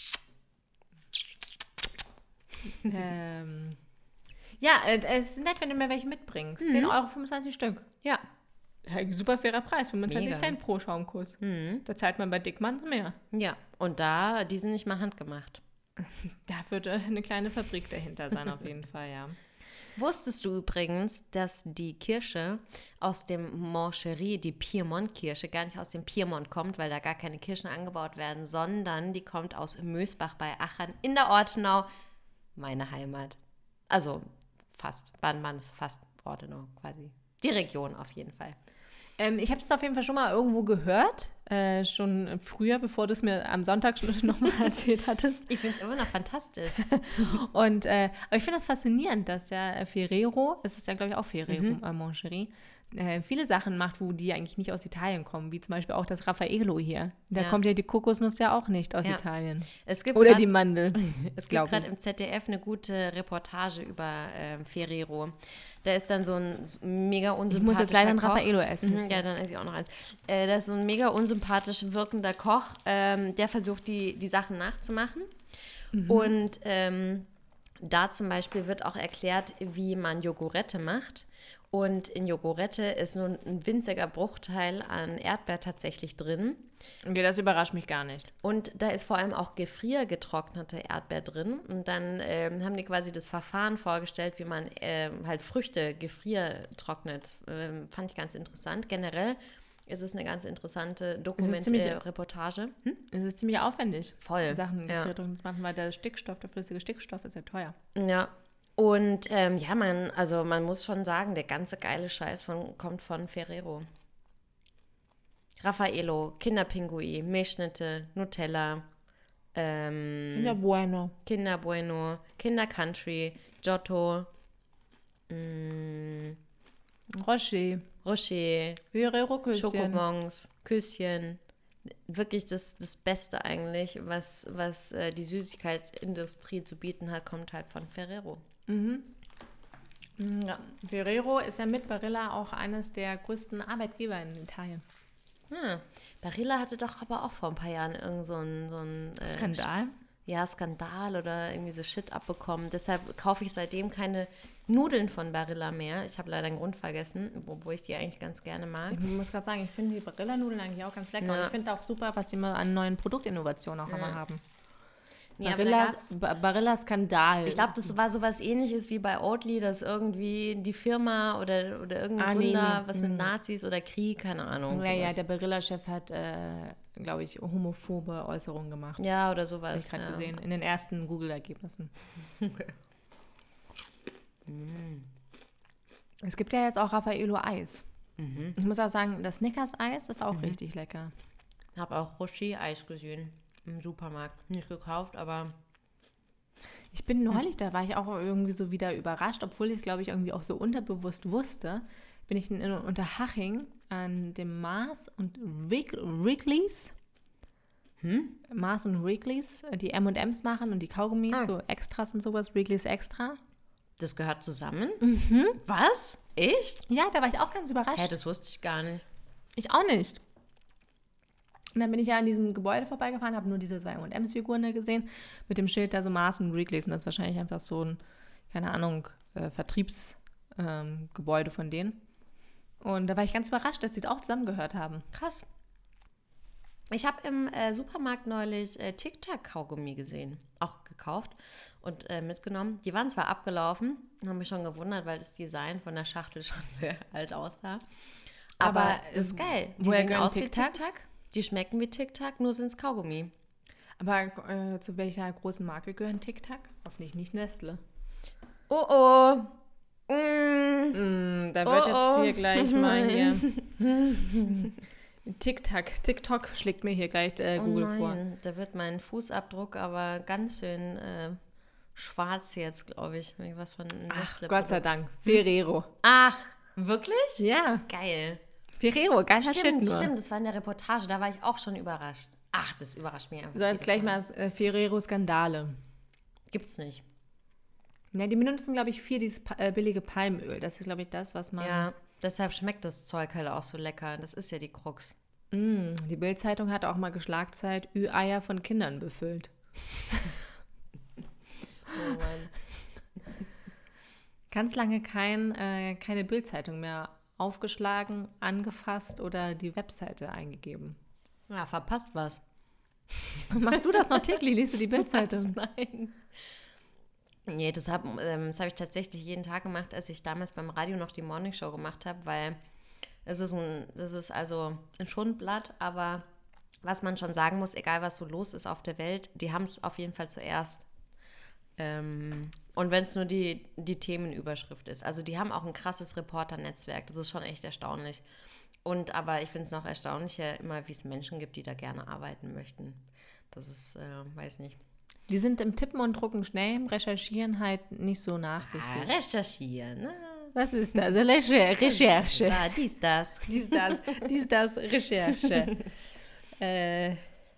ähm, ja, es ist nett, wenn du mir welche mitbringst. Mhm. zehn Euro fünfundzwanzig Stück. Ja. ja. Super fairer Preis, fünfundzwanzig Mega. Cent pro Schaumkuss. Mhm. Da zahlt man bei Dickmanns mehr. Ja, und da, die sind nicht mal handgemacht. Da würde eine kleine Fabrik dahinter sein, auf jeden Fall, ja. Wusstest du übrigens, dass die Kirsche aus dem Moncherie, die Piemont-Kirsche, gar nicht aus dem Piemont kommt, weil da gar keine Kirschen angebaut werden, sondern die kommt aus Mösbach bei Achern in der Ortenau, meine Heimat. Also fast, Baden-Baden ist fast Ortenau quasi. Die Region auf jeden Fall. Ähm, ich habe das auf jeden Fall schon mal irgendwo gehört, äh, schon früher, bevor du es mir am Sonntag nochmal erzählt hattest. Ich finde es immer noch fantastisch. Und, äh, aber ich finde das faszinierend, dass ja Ferrero, es ist ja glaube ich auch Ferrero, mhm. äh, Moncherie, äh, viele Sachen macht, wo die eigentlich nicht aus Italien kommen, wie zum Beispiel auch das Raffaello hier. Da ja. kommt ja die Kokosnuss ja auch nicht aus ja. Italien. Es gibt Oder grad, die Mandel. Es gibt gerade im Z D F eine gute Reportage über äh, Ferrero. Da ist dann so ein mega unsympathischer Ich muss jetzt leider ein Koch. Raffaello essen. Mhm, ja, dann esse ich auch noch eins. Äh, da ist so ein mega unsympathisch wirkender Koch, ähm, der versucht, die, die Sachen nachzumachen. Mhm. Und ähm, da zum Beispiel wird auch erklärt, wie man Jogurette macht. Und in Jogurette ist nur ein winziger Bruchteil an Erdbeer tatsächlich drin. Okay, das überrascht mich gar nicht. Und da ist vor allem auch gefriergetrocknete Erdbeer drin. Und dann ähm, haben die quasi das Verfahren vorgestellt, wie man ähm, halt Früchte gefriertrocknet. Das ähm, fand ich ganz interessant. Generell ist es eine ganz interessante Dokument-Reportage. Äh, hm? Es ist ziemlich aufwendig. Voll. Sachen ja. gefriertrocknet zu machen, weil der Stickstoff, der flüssige Stickstoff ist ja teuer. Ja. Und ähm, ja, man, also man muss schon sagen, der ganze geile Scheiß von, kommt von Ferrero. Raffaello, Kinderpingui, Milchschnitte, Nutella, ähm, Kinder Bueno. Kinder Bueno, Kinder Country, Giotto, mh, Rocher, Rocher, Ferrero Küsschen, Schokobons, Küsschen. Wirklich das, das Beste eigentlich, was, was äh, die Süßigkeitsindustrie zu bieten hat, kommt halt von Ferrero. Mhm. Ja. Ferrero ist ja mit Barilla auch eines der größten Arbeitgeber in Italien. Ah, Barilla hatte doch aber auch vor ein paar Jahren irgend so ein, so ein äh, Skandal? Ja, Skandal oder irgendwie so Shit abbekommen. Deshalb kaufe ich seitdem keine Nudeln von Barilla mehr. Ich habe leider einen Grund vergessen, obwohl ich die eigentlich ganz gerne mag. Ich muss gerade sagen, ich finde die Barilla-Nudeln eigentlich auch ganz lecker. Ja. Und ich finde auch super, was die mal an neuen Produktinnovationen auch ja. immer haben. Ja, Barillas, Barilla-Skandal. Ich glaube, das war sowas Ähnliches wie bei Oatly, dass irgendwie die Firma oder, oder irgendein ah, Gründer, nee, was mit Nazis oder Krieg, keine Ahnung. Ja, sowas. ja, der Barilla-Chef hat, äh, glaube ich, homophobe Äußerungen gemacht. Ja, oder sowas. Habe ich gerade ja. gesehen, in den ersten Google-Ergebnissen. Okay. mm. Es gibt ja jetzt auch Raffaello-Eis. Mhm. Ich muss auch sagen, das Snickers-Eis ist auch mhm. richtig lecker. Ich habe auch Rocher-Eis gesehen im Supermarkt. Nicht gekauft, aber Ich bin neulich, da war ich auch irgendwie so wieder überrascht, obwohl ich es, glaube ich, irgendwie auch so unterbewusst wusste, bin ich in, in Unterhaching an dem Mars und Wrig- Wrigley's, hm? Mars und Wrigley's, die M und M's machen und die Kaugummis, ah. so Extras und sowas, Wrigley's Extra. Das gehört zusammen? Mhm. Was? Echt? Ja, da war ich auch ganz überrascht. Hä, das wusste ich gar nicht. Ich auch nicht. Und dann bin ich ja an diesem Gebäude vorbeigefahren, habe nur diese zwei M und M's-Figuren gesehen, mit dem Schild da so Mars und Wrigley's. Und das ist wahrscheinlich einfach so ein, keine Ahnung, äh, Vertriebsgebäude ähm, von denen. Und da war ich ganz überrascht, dass die es auch zusammengehört haben. Krass. Ich habe im äh, Supermarkt neulich äh, Tic-Tac-Kaugummi gesehen, auch gekauft und äh, mitgenommen. Die waren zwar abgelaufen, haben mich schon gewundert, weil das Design von der Schachtel schon sehr alt aussah. Aber, Aber das ist geil. Die sehen aus wie Tic-Tac. Die schmecken wie Tic-Tac, nur sind es Kaugummi. Aber äh, zu welcher großen Marke gehören Tic-Tac? Hoffentlich nicht Nestle. Oh oh. Mm. Mm, da wird oh, jetzt hier oh. gleich mal hier... TikTok, TikTok schlägt mir hier gleich äh, Google oh nein, vor. Da wird mein Fußabdruck aber ganz schön äh, schwarz jetzt, glaube ich. Was von Ach, Gott sei Dank. Ferrero. Ach, wirklich? Ja. Geil. Ferrero, geiler Shit Shit nur. Stimmt, das war in der Reportage, da war ich auch schon überrascht. Ach, das überrascht mich einfach. So, jetzt gleich mal äh, Ferrero-Skandale. Gibt's nicht. Ja, die benutzen, glaube ich, viel dieses äh, billige Palmöl. Das ist, glaube ich, das, was man... Ja, deshalb schmeckt das Zeug halt auch so lecker. Das ist ja die Krux. Mm, die Bild-Zeitung hat auch mal Geschlagzeit Ü-Eier von Kindern befüllt. Oh Mann. Ganz lange kein, äh, keine Bild-Zeitung mehr aufgeschlagen, angefasst oder die Webseite eingegeben. Ja, verpasst was. Machst du das noch täglich? Liest du die Bild-Zeitung? Nein. Nee, das habe ähm, das hab ich tatsächlich jeden Tag gemacht, als ich damals beim Radio noch die Morningshow gemacht habe, weil es ist ein, das ist also ein Schundblatt, aber was man schon sagen muss, egal was so los ist auf der Welt, die haben es auf jeden Fall zuerst. Ähm, und wenn es nur die, die Themenüberschrift ist. Also die haben auch ein krasses Reporternetzwerk, das ist schon echt erstaunlich. Und aber ich finde es noch erstaunlicher, immer wie es Menschen gibt, die da gerne arbeiten möchten. Das ist, äh, weiß nicht. Die sind im Tippen und Drucken schnell, im Recherchieren halt nicht so nachsichtig. Ah, recherchieren, ne? Was ist das? Recher- Recherche. Ja, dies, das. Dies, das, dies, das, Recherche. äh,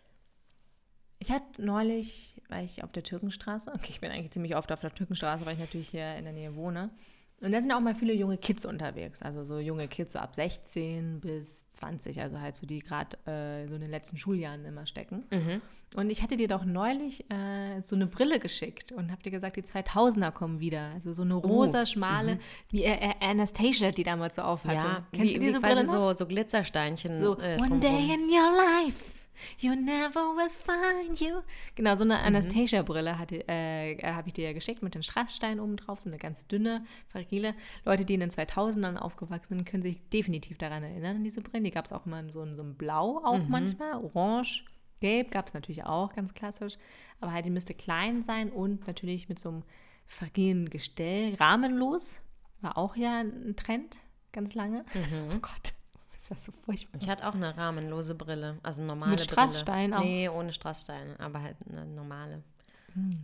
ich hatte neulich, war ich auf der Türkenstraße, okay, ich bin eigentlich ziemlich oft auf der Türkenstraße, weil ich natürlich hier in der Nähe wohne. Und da sind auch mal viele junge Kids unterwegs, also so junge Kids so ab sechzehn bis zwanzig, also halt so die gerade äh, so in den letzten Schuljahren immer stecken. Mhm. Und ich hatte dir doch neulich äh, so eine Brille geschickt und hab dir gesagt, die zweitausender kommen wieder. Also so eine rosa, oh, schmale, mhm. wie äh, äh, Anastasia, die damals so aufhatte. Ja, kennst wie, du diese wie Brille quasi so, so Glitzersteinchen. So, äh, one day in your life. You never will find you. Genau, so eine mhm. Anastasia-Brille äh, habe ich dir ja geschickt mit den Strasssteinen oben drauf, so eine ganz dünne, fragile. Leute, die in den zweitausendern aufgewachsen sind, können sich definitiv daran erinnern, an diese Brillen. Die gab es auch immer in so, in so einem Blau auch mhm. manchmal, orange, gelb gab es natürlich auch, ganz klassisch. Aber halt, die müsste klein sein und natürlich mit so einem fragilen Gestell, rahmenlos, war auch ja ein Trend, ganz lange. Mhm. Oh Gott. Das ist so furchtbar. Ich hatte auch eine rahmenlose Brille, also eine normale Mit Strassstein Brille. auch? Nee, ohne Strasssteine, aber halt eine normale. Hm.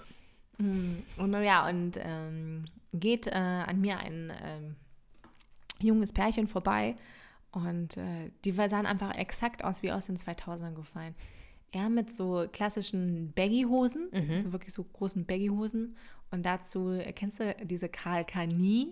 Ja. Und ja, und ähm, geht äh, an mir ein ähm, junges Pärchen vorbei und äh, die sahen einfach exakt aus wie aus den zweitausendern gefallen. Er mit so klassischen Baggy-Hosen, mhm. also wirklich so großen Baggy-Hosen und dazu, kennst du diese Karl Kani?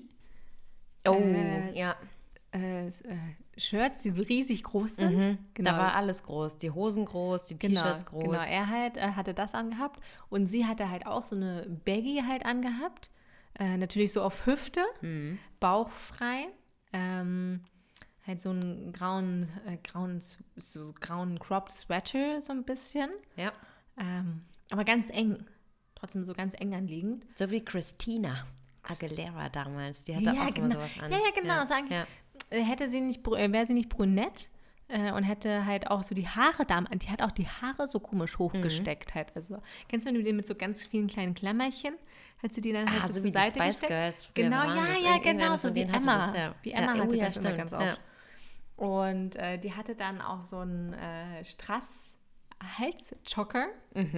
Oh, äh, ja. Äh, äh, Shirts, die so riesig groß sind. Mhm. Genau. Da war alles groß. Die Hosen groß, die T-Shirts genau, groß. Genau, er halt äh, hatte das angehabt und sie hatte halt auch so eine Baggy halt angehabt. Äh, natürlich so auf Hüfte, mhm. bauchfrei. Ähm, halt so einen grauen, äh, grauen, so grauen Cropped Sweater so ein bisschen. Ja. Ähm, aber ganz eng. Trotzdem so ganz eng anliegend. So wie Christina Aguilera damals. Die hatte ja, auch genau. immer sowas an. Ja, ja, genau. Ja. Sagen, ja. Hätte sie nicht, wäre sie nicht brünett äh, und hätte halt auch so die Haare da, die hat auch die Haare so komisch hochgesteckt mhm. halt. Also, kennst du, wenn du die mit so ganz vielen kleinen Klammerchen, hat sie die dann halt ah, so, so zur wie Seite die Spice gesteckt? Girls. Genau, ja, ja, genau, so wie Emma. Das, ja. Wie Emma ja, hatte oh, ja, das stimmt. immer ganz oft. Ja. Und äh, die hatte dann auch so einen äh, Strass-Halschoker. Mhm.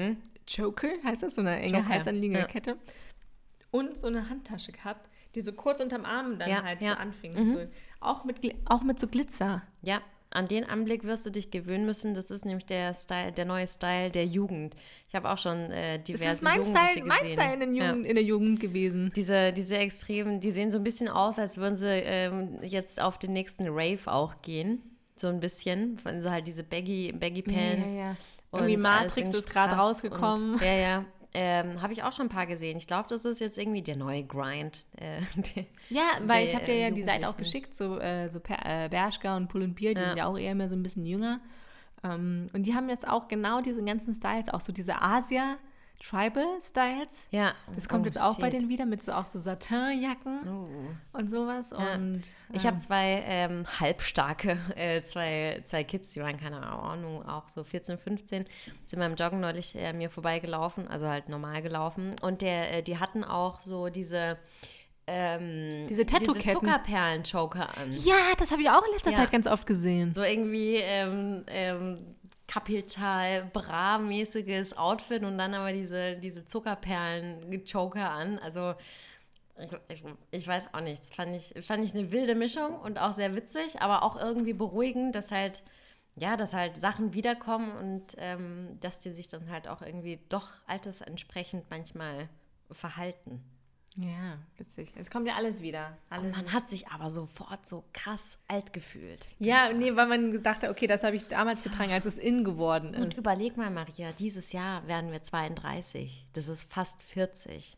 Choker, heißt das, so eine enge Choker, halsanliegende ja. Kette. Und so eine Handtasche gehabt, die so kurz unterm Arm dann Ja, halt ja. so anfing. Mhm. So. Auch, mit, Gl- auch mit so Glitzer. Ja, an den Anblick wirst du dich gewöhnen müssen. Das ist nämlich der Style, der neue Style der Jugend. Ich habe auch schon äh, diverse Das ist mein Jugendliche Style, mein gesehen. Style in, den Jugend, in der Jugend gewesen. Diese, diese Extremen, die sehen so ein bisschen aus, als würden sie ähm, jetzt auf den nächsten Rave auch gehen. So ein bisschen. So halt diese Baggy, Baggy Pants. Ja, ja, ja. Und Irgendwie alles Matrix irgendwie ist gerade straff rausgekommen. Und, ja, ja. Ähm, habe ich auch schon ein paar gesehen. Ich glaube, das ist jetzt irgendwie der neue Grind. Äh, der, Ja, weil ich der, habe dir ja äh, die Seite auch Jugendlichen. geschickt, so, äh, so per, äh, Bershka und Pull and Beer, die Ja. sind ja auch eher mehr so ein bisschen jünger. Ähm, und die haben jetzt auch genau diese ganzen Styles, auch so diese Asia-Tribal-Styles. Ja. Das kommt Oh, jetzt auch bei shit. denen wieder mit so auch so Satin-Jacken Oh. und sowas. Ja. Und Ich äh, habe zwei ähm, halbstarke, äh, zwei, zwei Kids, die waren, keine Ahnung, auch so vierzehn, fünfzehn, sind beim Joggen neulich äh, mir vorbeigelaufen, also halt normal gelaufen. Und der, äh, die hatten auch so diese, ähm, Diese Tattoo-Ketten. Zuckerperlen-Choker an. ja, das habe ich auch in letzter Ja. Zeit ganz oft gesehen. So irgendwie ähm, ähm, Kapital Bra-mäßiges Outfit und dann aber diese, diese Zuckerperlen-Choker an. Also ich, ich, ich weiß auch nicht. Das fand ich, fand ich eine wilde Mischung und auch sehr witzig, aber auch irgendwie beruhigend, dass halt, ja, dass halt Sachen wiederkommen und ähm, dass die sich dann halt auch irgendwie doch altersentsprechend manchmal verhalten. Ja, witzig. Es kommt ja alles wieder. Alles Und man hat sich aber sofort so krass alt gefühlt. ja, nee, weil man dachte, okay, das habe ich damals getragen, als es in geworden Und ist. überleg mal, Maria, dieses Jahr werden wir zweiunddreißig. Das ist fast vierzig.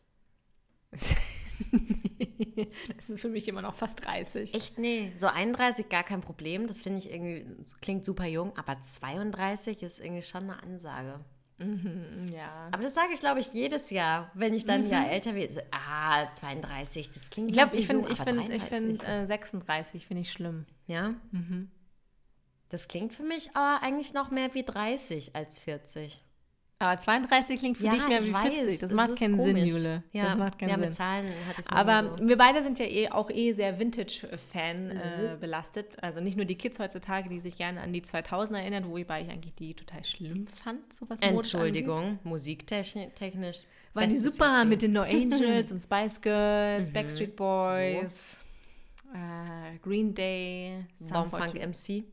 Das ist für mich immer noch fast dreißig. Echt? Nee. So einunddreißig gar kein Problem. Das finde ich irgendwie, das klingt super jung. Aber zweiunddreißig ist irgendwie schon eine Ansage. Ja. Aber das sage ich, glaube ich, jedes Jahr, wenn ich dann ja älter werde. So, ah, zweiunddreißig, das klingt Ich glaube, so ich finde jung, ich aber find, ich dreiunddreißig. find, äh, sechsunddreißig finde ich schlimm. Ja? Das klingt für mich aber eigentlich noch mehr wie dreißig als vierzig. Aber zweiunddreißig klingt für Ja, dich mehr ich wie weiß, vierzig. Das es macht ist keinen komisch. Sinn, Jule. Ja, Das macht keinen ja Sinn. mit Zahlen hat es Aber so. wir beide sind ja eh, auch eh sehr Vintage-Fan Mhm. äh, belastet. Also nicht nur die Kids heutzutage, die sich gerne an die zweitausend erinnern, wobei ich eigentlich die total schlimm fand, sowas Modisch angeht. Entschuldigung, musiktechnisch. Waren die bestes super Jahrzehnt. mit den No Angels und Spice Girls, Mhm. Backstreet Boys, äh, Green Day, Sum Bombfunk forty- M C.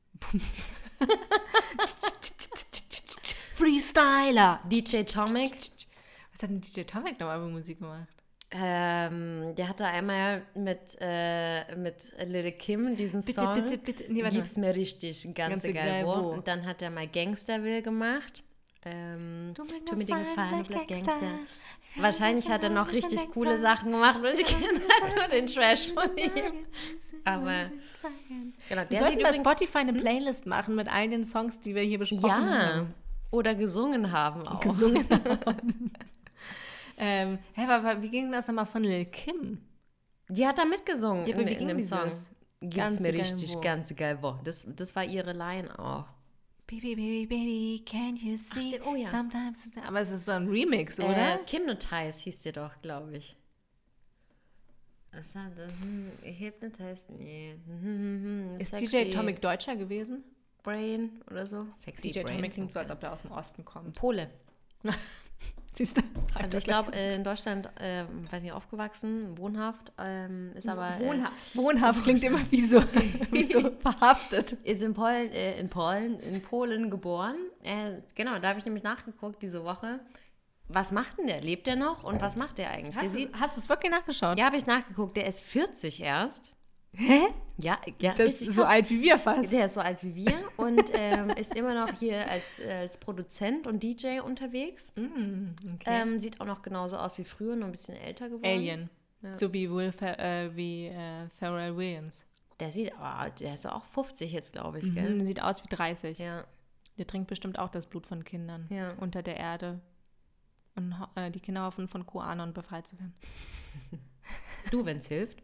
Freestyler. D J Tomic. Was hat denn D J Tomic nochmal für Musik gemacht? Ähm, der hatte einmal mit, äh, mit Lil Kim diesen Bitte, Song. bitte, bitte. Nee, warte Gib's mir richtig, ganz, Ganz egal egal wo. wo. Und dann hat er mal Gangsterville gemacht. Ähm, Tu mir tu mir den Gefallen, du bleib Gangster. Gangster. Wahrscheinlich hat er noch richtig coole Sachen gemacht und ich kenne halt nur den Trash von ihm. Aber genau, Wir der sollten sieht bei übrigens, Spotify eine Playlist machen mit all den Songs, die wir hier besprochen ja, haben. oder gesungen haben auch. Gesungen haben. ähm, hä, aber wie ging das nochmal von Lil Kim? Die hat da mitgesungen Ja, aber in, wie in ging dem dieses? Song. Gib's Ganz mir egal richtig, wo. ganz egal wo. Das, das war ihre Line auch. Baby, baby, baby, can't you see? stimmt, oh ja. Sometimes it's- aber es ist so ein Remix, oder? Äh, Hypnotize hieß die doch, glaube ich. Was hat das? Hm, Hypnotize me. Hm, hm, hm, ist sexy D J Tomic Deutscher gewesen? Brain oder so? Sexy D J Brain. Tomic klingt so, als ob der aus dem Osten kommt. Pole. Siehst du? Also ich glaube, äh, in Deutschland, äh, weiß nicht, aufgewachsen, wohnhaft, ähm, ist aber... Wohnhaft, Wohnhaft klingt immer wie so, wie so verhaftet. Äh, ist in Polen, äh, in Polen, in Polen geboren. Äh, genau, da habe ich nämlich nachgeguckt diese Woche. Was macht denn der? Lebt der noch? Und was macht der eigentlich? Der Hast sieht, du hast du es wirklich nachgeschaut? ja, habe ich nachgeguckt. Der ist vierzig erst. Hä? Ja, ja Das richtig ist so krass. alt wie wir fast. Der ist so alt wie wir und ähm, ist immer noch hier als, äh, als Produzent und D J unterwegs. Mm, okay. Ähm, sieht auch noch genauso aus wie früher, nur ein bisschen älter geworden. Alien. Ja. So wie, Will Fer äh, wie äh, Pharrell Williams. Der sieht, oh, der ist auch fünfzig jetzt, glaube ich, gell? Mhm, sieht aus wie dreißig. Ja, Der trinkt bestimmt auch das Blut von Kindern Ja. unter der Erde. Und ho- äh, die Kinder hoffen, von QAnon befreit zu werden. du, wenn es hilft.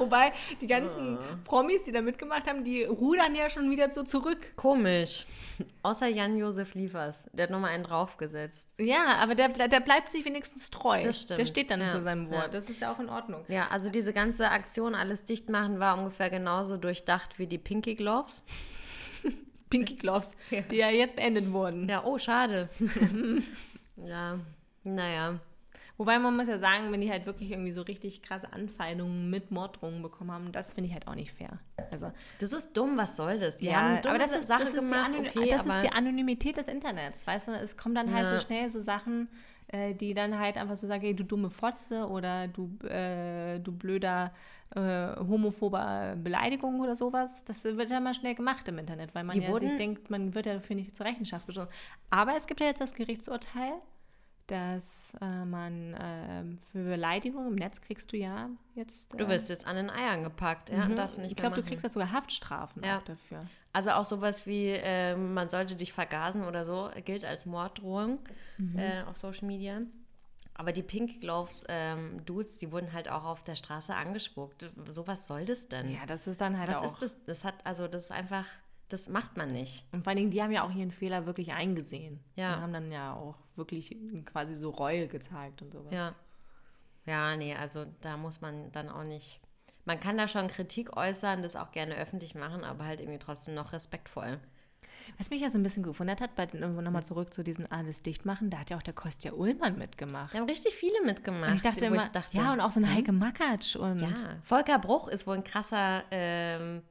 Wobei die ganzen Promis, die da mitgemacht haben, die rudern ja schon wieder so zurück. Komisch. Außer Jan-Josef Liefers. Der hat nochmal einen draufgesetzt. Ja, aber der, der bleibt sich wenigstens treu. Das stimmt. Der steht dann ja. zu seinem Wort. Ja. Das ist ja auch in Ordnung. Ja, also diese ganze Aktion, alles dicht machen, war ungefähr genauso durchdacht wie die Pinky Gloves. Pinky Gloves, ja. die ja jetzt beendet wurden. Ja, oh, schade. ja, naja. Wobei man muss ja sagen, wenn die halt wirklich irgendwie so richtig krasse Anfeindungen mit Morddrohungen bekommen haben, das finde ich halt auch nicht fair. Also, das ist dumm, was soll das? Die ja, haben eine dumme aber das ist, Sache das ist gemacht. Die okay, das aber ist die Anonymität des Internets, weißt du? Es kommen dann halt ja. so schnell so Sachen, äh, die dann halt einfach so sagen, ey, du dumme Fotze oder du, äh, du blöder äh, homophober Beleidigung oder sowas. Das wird ja mal schnell gemacht im Internet, weil man die ja wurden, sich denkt, man wird ja dafür nicht zur Rechenschaft gezogen. Aber es gibt ja jetzt das Gerichtsurteil, dass äh, man äh, für Beleidigung im Netz kriegst du ja jetzt... Äh, du wirst jetzt an den Eiern gepackt, ja, mhm. das nicht Ich glaube, du machen. kriegst das sogar Haftstrafen ja. auch dafür. Also auch sowas wie, äh, man sollte dich vergasen oder so, gilt als Morddrohung mhm. äh, auf Social Media. Aber die Pink Gloves ähm, Dudes, die wurden halt auch auf der Straße angespuckt. So was soll das denn? Ja, das ist dann halt was auch... Was ist das? Das hat, also das ist einfach... Das macht man nicht. Und vor allen Dingen, die haben ja auch ihren Fehler wirklich eingesehen. Ja. Und haben dann ja auch wirklich quasi so Reue gezeigt und sowas. Ja. Ja, nee, also da muss man dann auch nicht... Man kann da schon Kritik äußern, das auch gerne öffentlich machen, aber halt irgendwie trotzdem noch respektvoll. Was mich ja so ein bisschen gewundert hat, bei, nochmal zurück zu diesen Alles dicht machen, da hat ja auch der Kostja Ullmann mitgemacht. Da haben richtig viele mitgemacht. Und ich dachte immer, ich dachte, ja, und auch so eine Heike Makatsch. Und ja, Volker Bruch ist wohl ein krasser... Ähm,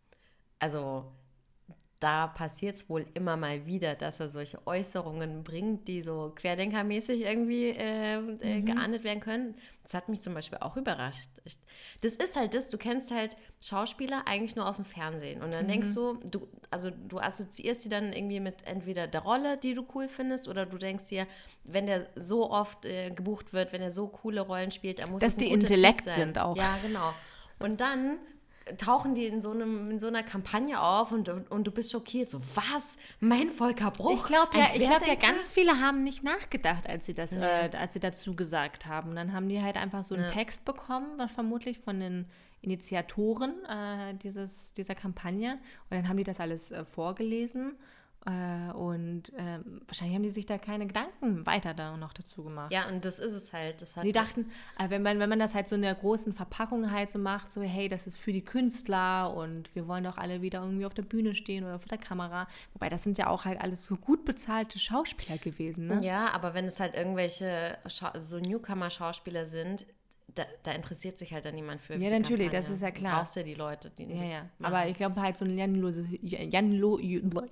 also... Da passiert es wohl immer mal wieder, dass er solche Äußerungen bringt, die so querdenkermäßig irgendwie äh, äh, mhm. geahndet werden können. Das hat mich zum Beispiel auch überrascht. Das ist halt das, du kennst halt Schauspieler eigentlich nur aus dem Fernsehen. Und dann mhm. denkst du, du, also du assoziierst die dann irgendwie mit entweder der Rolle, die du cool findest, oder du denkst dir, wenn der so oft äh, gebucht wird, wenn er so coole Rollen spielt, dann muss dass das ein die guter Intellekt Typ sein. sind auch. Ja, genau. Und dann tauchen die in so, einem, in so einer Kampagne auf und, und, und du bist schockiert. So, was? Mein Volker Bruch? Ich glaube ja, ich glaub, ja, ganz viele haben nicht nachgedacht, als sie das, ja. äh, als sie dazu gesagt haben. Dann haben die halt einfach so einen ja. Text bekommen, was vermutlich von den Initiatoren äh, dieses, dieser Kampagne. Und dann haben die das alles äh, vorgelesen. Äh, und äh, wahrscheinlich haben die sich da keine Gedanken weiter da noch dazu gemacht. Ja, und das ist es halt. Das hat die dachten, äh, wenn, man, wenn man das halt so in der großen Verpackung halt so macht, so hey, das ist für die Künstler und wir wollen doch alle wieder irgendwie auf der Bühne stehen oder vor der Kamera. Wobei, das sind ja auch halt alles so gut bezahlte Schauspieler gewesen, ne? Ja, aber wenn es halt irgendwelche Scha- so Newcomer-Schauspieler sind, Da, da interessiert sich halt dann niemand für. Ja, natürlich, das ist ja klar. Du brauchst ja die Leute, die ja, das ja. machen. Aber ich glaube halt so ein Jan-Josef Jan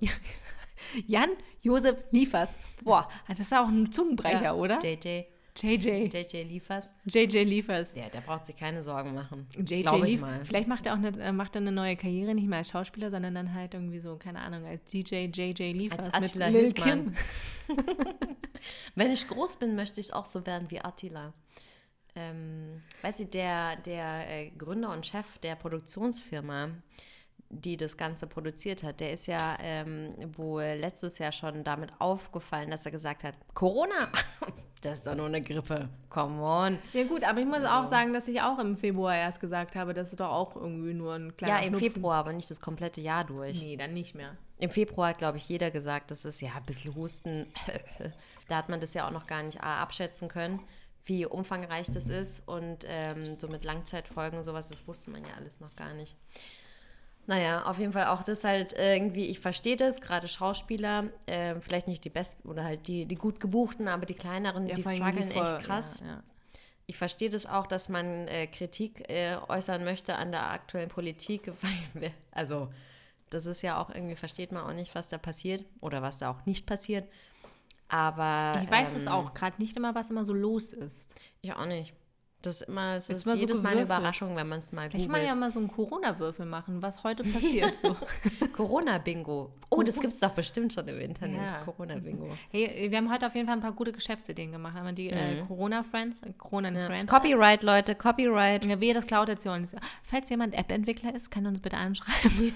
Jan-Josef Liefers. Boah, das ist auch ein Zungenbrecher, ja, oder? J J. J J. J J Liefers. J J Liefers. Ja, der braucht sich keine Sorgen machen. J J Liefers. Vielleicht macht er auch eine, macht er eine neue Karriere, nicht mehr als Schauspieler, sondern dann halt irgendwie so, keine Ahnung, als D J J J Liefers. Als Attila mit Lil Hildmann. Kim. Wenn ich groß bin, möchte ich auch so werden wie Attila. Ähm, weißt du, der, der äh, Gründer und Chef der Produktionsfirma, die das Ganze produziert hat, der ist ja ähm, wohl letztes Jahr schon damit aufgefallen, dass er gesagt hat, Corona, das ist doch nur eine Grippe, come on. Ja gut, aber ich muss auch sagen, dass ich auch im Februar erst gesagt habe, das ist doch auch irgendwie nur ein kleiner Ja, im Schnupfen. Februar, aber nicht das komplette Jahr durch. Nee, dann nicht mehr. Im Februar hat, glaube ich, jeder gesagt, das ist ja ein bisschen Husten. Da hat man das ja auch noch gar nicht abschätzen können, wie umfangreich das ist und ähm, so mit Langzeitfolgen und sowas, das wusste man ja alles noch gar nicht. Naja, auf jeden Fall auch das halt irgendwie, ich verstehe das, gerade Schauspieler, äh, vielleicht nicht die besten oder halt die, die gut gebuchten, aber die kleineren, ja, die vor allem strugglen die voll, echt krass. Ja, ja. Ich verstehe das auch, dass man äh, Kritik äh, äußern möchte an der aktuellen Politik, weil wir, also das ist ja auch irgendwie, versteht man auch nicht, was da passiert oder was da auch nicht passiert. Aber ich weiß ähm, es auch gerade nicht immer, was immer so los ist. Ich auch nicht. Das ist immer, es ist, ist immer jedes so Mal eine gewürfelt. Überraschung, wenn man es mal Vielleicht googelt. mal ja mal so einen Corona-Würfel machen, was heute passiert. So. Corona-Bingo. Oh, das gibt es doch bestimmt schon im Internet. Ja. Corona-Bingo. Hey, wir haben heute auf jeden Fall ein paar gute Geschäftsideen gemacht. Haben wir die mhm. äh, Corona-Friends, äh, Corona ja. Friends. Copyright, Leute, Copyright. Ja, wehe, das klaut jetzt hier uns. Falls jemand App-Entwickler ist, kann uns bitte anschreiben.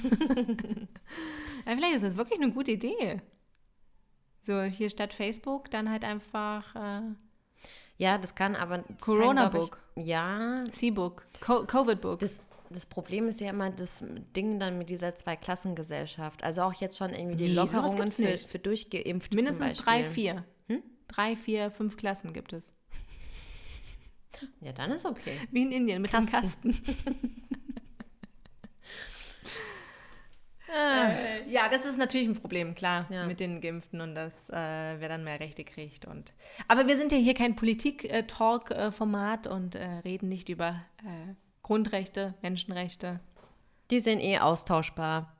ja, vielleicht ist das wirklich eine gute Idee. So, hier statt Facebook dann halt einfach äh, ja, das kann aber... Corona-Book. Ja. C-Book. Co- Covid-Book. Das, das Problem ist ja immer das Ding dann mit dieser Zwei-Klassen-Gesellschaft. Also auch jetzt schon irgendwie die Nee, sowas Lockerungen gibt's für, nicht. für Durchgeimpfte Mindestens zum drei, Beispiel. vier. Hm? Drei, vier, fünf Klassen gibt es. Ja, dann ist okay. Wie in Indien mit dem Kasten. Äh, ja, das ist natürlich ein Problem, klar, Ja. mit den Geimpften und dass äh, wer dann mehr Rechte kriegt. Und, aber wir sind ja hier kein Politik-Talk-Format und äh, reden nicht über äh, Grundrechte, Menschenrechte. Die sind eh austauschbar.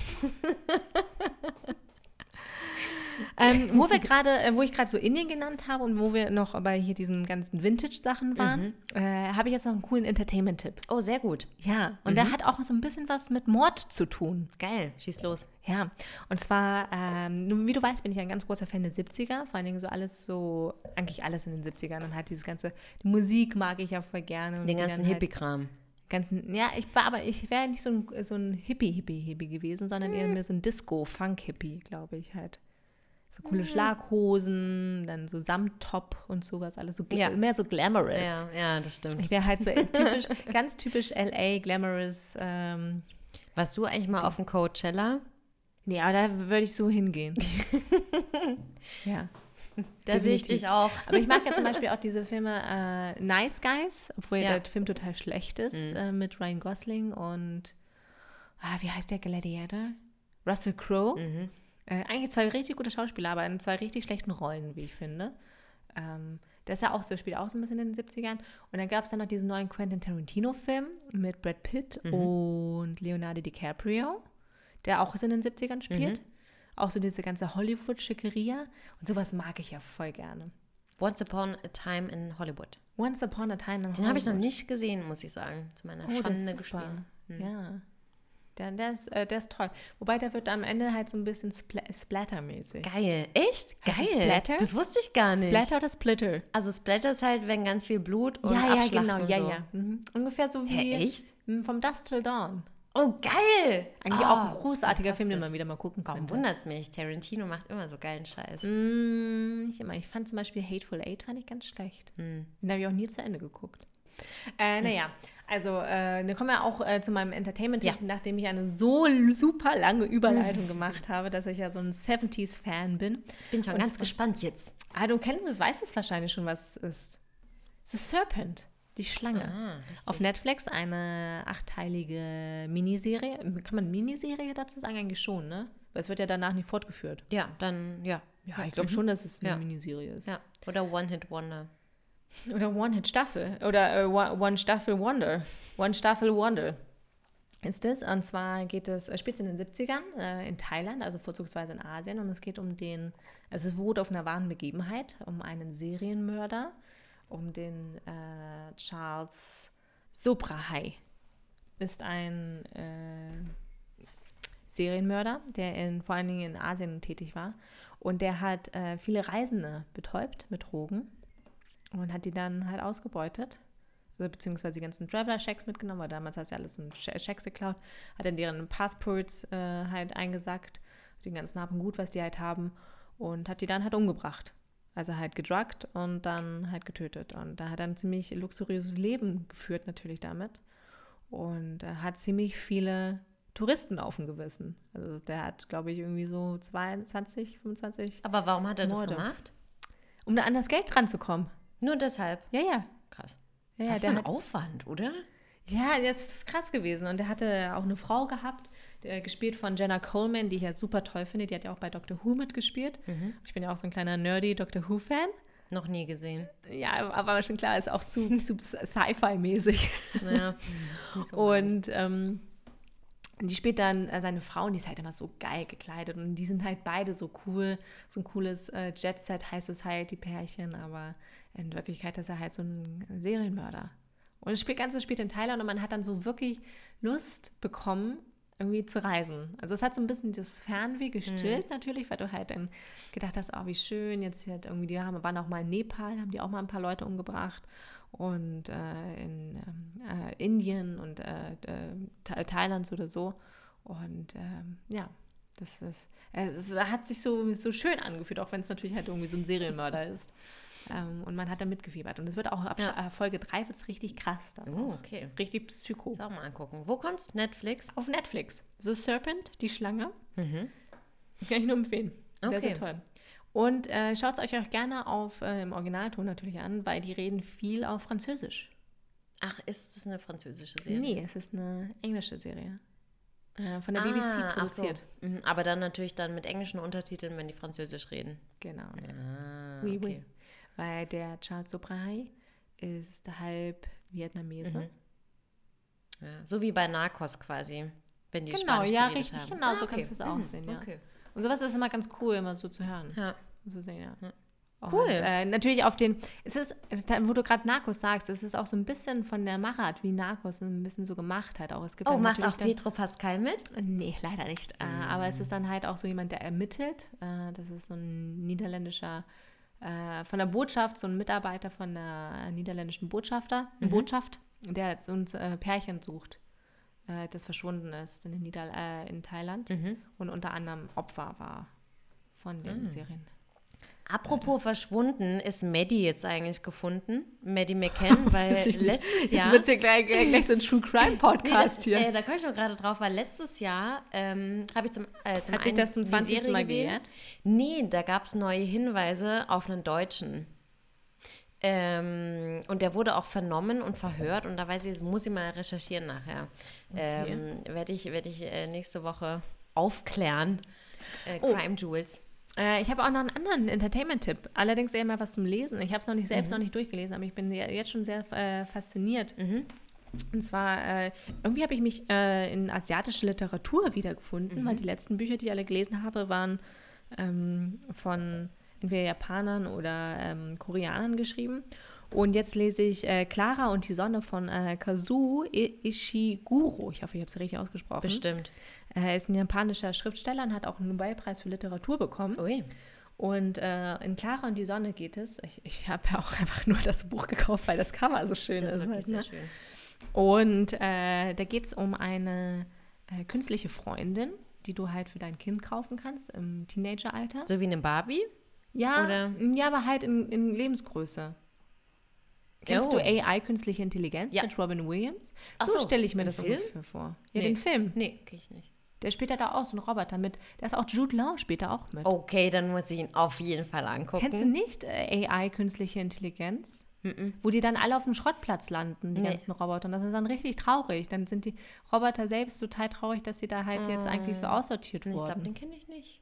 Ähm, wo wir gerade, äh, wo ich gerade so Indien genannt habe und wo wir noch bei hier diesen ganzen Vintage-Sachen waren, mhm. äh, habe ich jetzt noch einen coolen Entertainment-Tipp. Oh, sehr gut. Ja, und mhm. der hat auch so ein bisschen was mit Mord zu tun. Geil, schieß los. Ja, und zwar, ähm, wie du weißt, bin ich ein ganz großer Fan der siebziger, vor allen Dingen so alles so, eigentlich alles in den siebzigern und halt dieses ganze, die Musik mag ich ja voll gerne. Und den ganzen halt Hippie-Kram. Ganzen, ja, ich war aber, ich wäre nicht so ein, so ein Hippie-Hippie-Hippie gewesen, sondern hm. eher mehr so ein Disco-Funk-Hippie, glaube ich halt. So coole Schlaghosen, dann so Samttop und sowas, alles so ja. mehr so glamorous. Ja, ja, das stimmt. Ich wäre halt so typisch, ganz typisch L A, glamorous. Ähm, Warst du eigentlich mal auf dem Coachella? Nee, aber da würde ich so hingehen. Ja. Da sehe ich dich auch. Aber ich mag ja zum Beispiel auch diese Filme äh, Nice Guys, obwohl ja. der Film total schlecht ist, mhm. äh, mit Ryan Gosling und, ah, wie heißt der Gladiator? Russell Crowe. Mhm. Äh, eigentlich zwei richtig gute Schauspieler, aber in zwei richtig schlechten Rollen, wie ich finde. Ähm, das ist ja auch so, spielt auch so ein bisschen in den siebzigern. Und dann gab es dann noch diesen neuen Quentin Tarantino-Film mit Brad Pitt mhm. und Leonardo DiCaprio, der auch so in den siebzigern spielt. Mhm. Auch so diese ganze Hollywood-Schickeria. Und sowas mag ich ja voll gerne. Once Upon a Time in Hollywood. Once Upon a Time in Hollywood. Den habe ich noch nicht gesehen, muss ich sagen. Zu meiner oh, Schande gestehen. Hm. Ja. Der, der, ist, äh, der ist toll. Wobei, der wird am Ende halt so ein bisschen spl- splattermäßig. Geil. Echt? Geil. Heißt das Splatter? Das wusste ich gar nicht. Splatter oder Splitter? Also Splatter ist halt, wenn ganz viel Blut und ja, Abschlachten ja, genau. und ja, so. ja. Mhm. Ungefähr so wie Hä, echt? Vom Dusk Till Dawn. Oh, geil. Eigentlich oh, auch ein großartiger Film, den man wieder mal gucken kann. Warum wundert es mich? Tarantino macht immer so geilen Scheiß. Mm, nicht immer. Ich fand zum Beispiel Hateful Eight fand ich ganz schlecht. Mm. Den habe ich auch nie zu Ende geguckt. Äh, naja, also äh, dann kommen wir auch äh, zu meinem Entertainment-Tipp, ja. nachdem ich eine so super lange Überleitung gemacht habe, dass ich ja so ein siebziger-Fan bin. Bin schon Und ganz zwar, gespannt jetzt. Ah, du kennst es, weißt es wahrscheinlich schon, was es ist. The Serpent, die Schlange. Ah, auf Netflix eine achtteilige Miniserie. Kann man Miniserie dazu sagen? Eigentlich schon, ne? Weil es wird ja danach nicht fortgeführt. Ja, dann, ja. Ja, ich glaube mhm. schon, dass es eine ja. Miniserie ist. Ja, oder One-Hit-Wonder. Oder One-Hit-Staffel. Oder uh, One-Staffel-Wonder. One-Staffel-Wonder ist es. Und zwar geht es, äh, spielt es in den siebzigern äh, in Thailand, also vorzugsweise in Asien. Und es geht um den, also es beruht auf einer wahren Begebenheit, um einen Serienmörder, um den äh, Charles Sobrahai. Ist ein äh, Serienmörder, der in, vor allen Dingen in Asien tätig war. Und der hat äh, viele Reisende betäubt mit Drogen. Und hat die dann halt ausgebeutet, also beziehungsweise die ganzen Traveler-Checks mitgenommen, weil damals hast du ja alles in Checks geklaut, hat dann deren Passports äh, halt eingesackt, den ganzen Hab und Gut, was die halt haben, und hat die dann halt umgebracht. Also halt gedruckt und dann halt getötet. Und da hat er ein ziemlich luxuriöses Leben geführt natürlich damit. Und er hat ziemlich viele Touristen auf dem Gewissen. Also der hat, glaube ich, irgendwie so zweiundzwanzig, fünfundzwanzig Aber warum hat er Morde. das gemacht? Um da an das Geld dran zu kommen. Nur deshalb? Ja, ja. Krass. Ja, Was der für ein hat, Aufwand, oder? Ja, das ist krass gewesen. Und der hatte auch eine Frau gehabt, der, gespielt von Jenna Coleman, die ich ja super toll finde. Die hat ja auch bei Doctor Who mitgespielt. Mhm. Ich bin ja auch so ein kleiner nerdy Doctor Who-Fan. Noch nie gesehen. Ja, aber schon klar, ist auch zu, zu Sci-Fi-mäßig. Naja, so und ähm, die spielt dann äh, seine Frau und die ist halt immer so geil gekleidet. Und die sind halt beide so cool, so ein cooles äh, Jet-Set, High Society-Pärchen, aber in Wirklichkeit ist er halt so ein Serienmörder. Und das Ganze spielt in Thailand und man hat dann so wirklich Lust bekommen, irgendwie zu reisen. Also es hat so ein bisschen das Fernweh gestillt mhm. natürlich, weil du halt dann gedacht hast, oh, wie schön, jetzt halt irgendwie, die haben, waren auch mal in Nepal, haben die auch mal ein paar Leute umgebracht und äh, in äh, Indien und äh, äh, Thailand oder so. Und ähm, ja, das ist, es hat sich so, so schön angefühlt, auch wenn es natürlich halt irgendwie so ein Serienmörder ist. Ähm, und man hat da mitgefiebert. Und es wird auch ab Ja. äh, Folge drei wird es richtig krass. Dann Oh, auch. okay. Richtig psycho. Muss auch mal angucken. Wo kommt's? Netflix? Auf Netflix. The Serpent, die Schlange. Mhm. Kann ich nur empfehlen. Sehr, Okay. sehr toll. Und äh, schaut es euch auch gerne auf, äh, im Originalton natürlich an, weil die reden viel auf Französisch. Ach, ist das eine französische Serie? Nee, es ist eine englische Serie. Äh, von der B B C Ah, ach so. produziert. Mhm, aber dann natürlich dann mit englischen Untertiteln, wenn die Französisch reden. Genau. Ja. Ah, Oui, okay. oui. Weil der Charles Sobrail ist halb Vietnamese. Mhm. Ja, so wie bei Narcos quasi, wenn die Genau, Spanisch ja, geredet richtig, haben. genau, Ah, so okay. kannst du es auch Mhm, sehen, ja. Okay. Und sowas ist immer ganz cool, immer so zu hören. Ja. So sehen, ja. Ja. Und, Cool. äh, natürlich auf den, es ist, wo du gerade Narcos sagst, es ist auch so ein bisschen von der Machart, wie Narcos ein bisschen so gemacht hat auch. Es gibt Oh, dann macht auch natürlich Pedro Pascal mit? Dann, nee, leider nicht. Äh, aber es ist dann halt auch so jemand, der ermittelt. Äh, das ist so ein niederländischer, äh, von der Botschaft, so ein Mitarbeiter von der niederländischen Botschafter, Mhm. Botschaft, der so ein äh, Pärchen sucht, äh, das verschwunden ist in, den Nieder äh, in Thailand Mhm. und unter anderem Opfer war von den Mhm. Serien. Apropos verschwunden, ist Maddie jetzt eigentlich gefunden? Maddie McCann, weil Weiß ich nicht. letztes Jetzt Jahr... wird es hier gleich, gleich, gleich so ein True Crime Nee, Podcast das, hier. äh, da komme ich noch gerade drauf, weil letztes Jahr ähm, habe ich zum, äh, zum Hat sich einen das zum die zwanzigsten Serie Mal gesehen. gejährt? Nee, da gab es neue Hinweise auf einen Deutschen. Ähm, und der wurde auch vernommen und verhört und da weiß ich, muss ich mal recherchieren nachher. Okay. Ähm, werde ich, werd ich äh, nächste Woche aufklären. Äh, Oh. Crime Jewels. Äh, ich habe auch noch einen anderen Entertainment-Tipp. Allerdings eher mal was zum Lesen. Ich habe es noch nicht selbst Mhm. noch nicht durchgelesen, aber ich bin ja jetzt schon sehr äh, fasziniert. Mhm. Und zwar, äh, irgendwie habe ich mich äh, in asiatische Literatur wiedergefunden, Mhm. weil die letzten Bücher, die ich alle gelesen habe, waren ähm, von entweder Japanern oder ähm, Koreanern geschrieben. Und jetzt lese ich äh, Clara und die Sonne von äh, Kazuo Ishiguro. Ich hoffe, ich habe es richtig ausgesprochen. Bestimmt. Er ist ein japanischer Schriftsteller und hat auch einen Nobelpreis für Literatur bekommen. Ui. Und äh, in Clara und die Sonne geht es. Ich, ich habe ja auch einfach nur das Buch gekauft, weil das Cover so schön Das ist. ist wirklich halt, sehr ne? schön. Und äh, da geht es um eine äh, künstliche Freundin, die du halt für dein Kind kaufen kannst im Teenageralter. So wie eine Barbie? Ja, Oder? ja, aber halt in, in Lebensgröße. Kennst Oh. du A I, künstliche Intelligenz Ja. mit Robin Williams? Ach so so, stelle ich mir im das Film? ungefähr vor. Ja, Nee. den Film. Nee, krieg ich nicht. Der spielt da auch so einen Roboter mit. Da ist auch Jude Law später auch mit. Okay, dann muss ich ihn auf jeden Fall angucken. Kennst du nicht äh, A I, künstliche Intelligenz? Mm-mm. Wo die dann alle auf dem Schrottplatz landen, die Nee. ganzen Roboter. Und das ist dann richtig traurig. Dann sind die Roboter selbst total traurig, dass sie da halt jetzt eigentlich so aussortiert Ich glaube, wurden. den kenne ich nicht.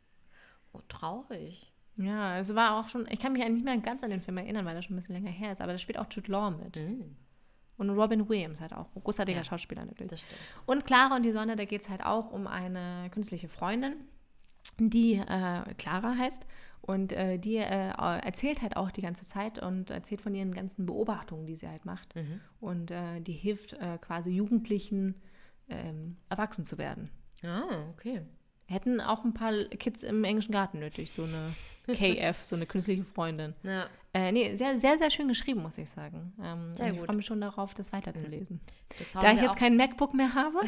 Oh, traurig. Ja, es war auch schon, ich kann mich eigentlich nicht mehr ganz an den Film erinnern, weil das schon ein bisschen länger her ist, aber da spielt auch Jude Law mit. Mhm. Und Robin Williams halt auch. Großartiger Ja. Schauspieler natürlich. Das stimmt. Und Clara und die Sonne, da geht es halt auch um eine künstliche Freundin, die äh, Clara heißt. Und äh, die äh, erzählt halt auch die ganze Zeit und erzählt von ihren ganzen Beobachtungen, die sie halt macht. Mhm. Und äh, die hilft äh, quasi Jugendlichen, ähm, erwachsen zu werden. Ah, okay. Hätten auch ein paar Kids im englischen Garten nötig, so eine K F, so eine künstliche Freundin. Ja. Äh, nee, sehr, sehr, sehr schön geschrieben, muss ich sagen. Ähm, Sehr und ich gut. freue mich schon darauf, das weiterzulesen. Das hauen Da ich wir jetzt auch- kein MacBook mehr habe,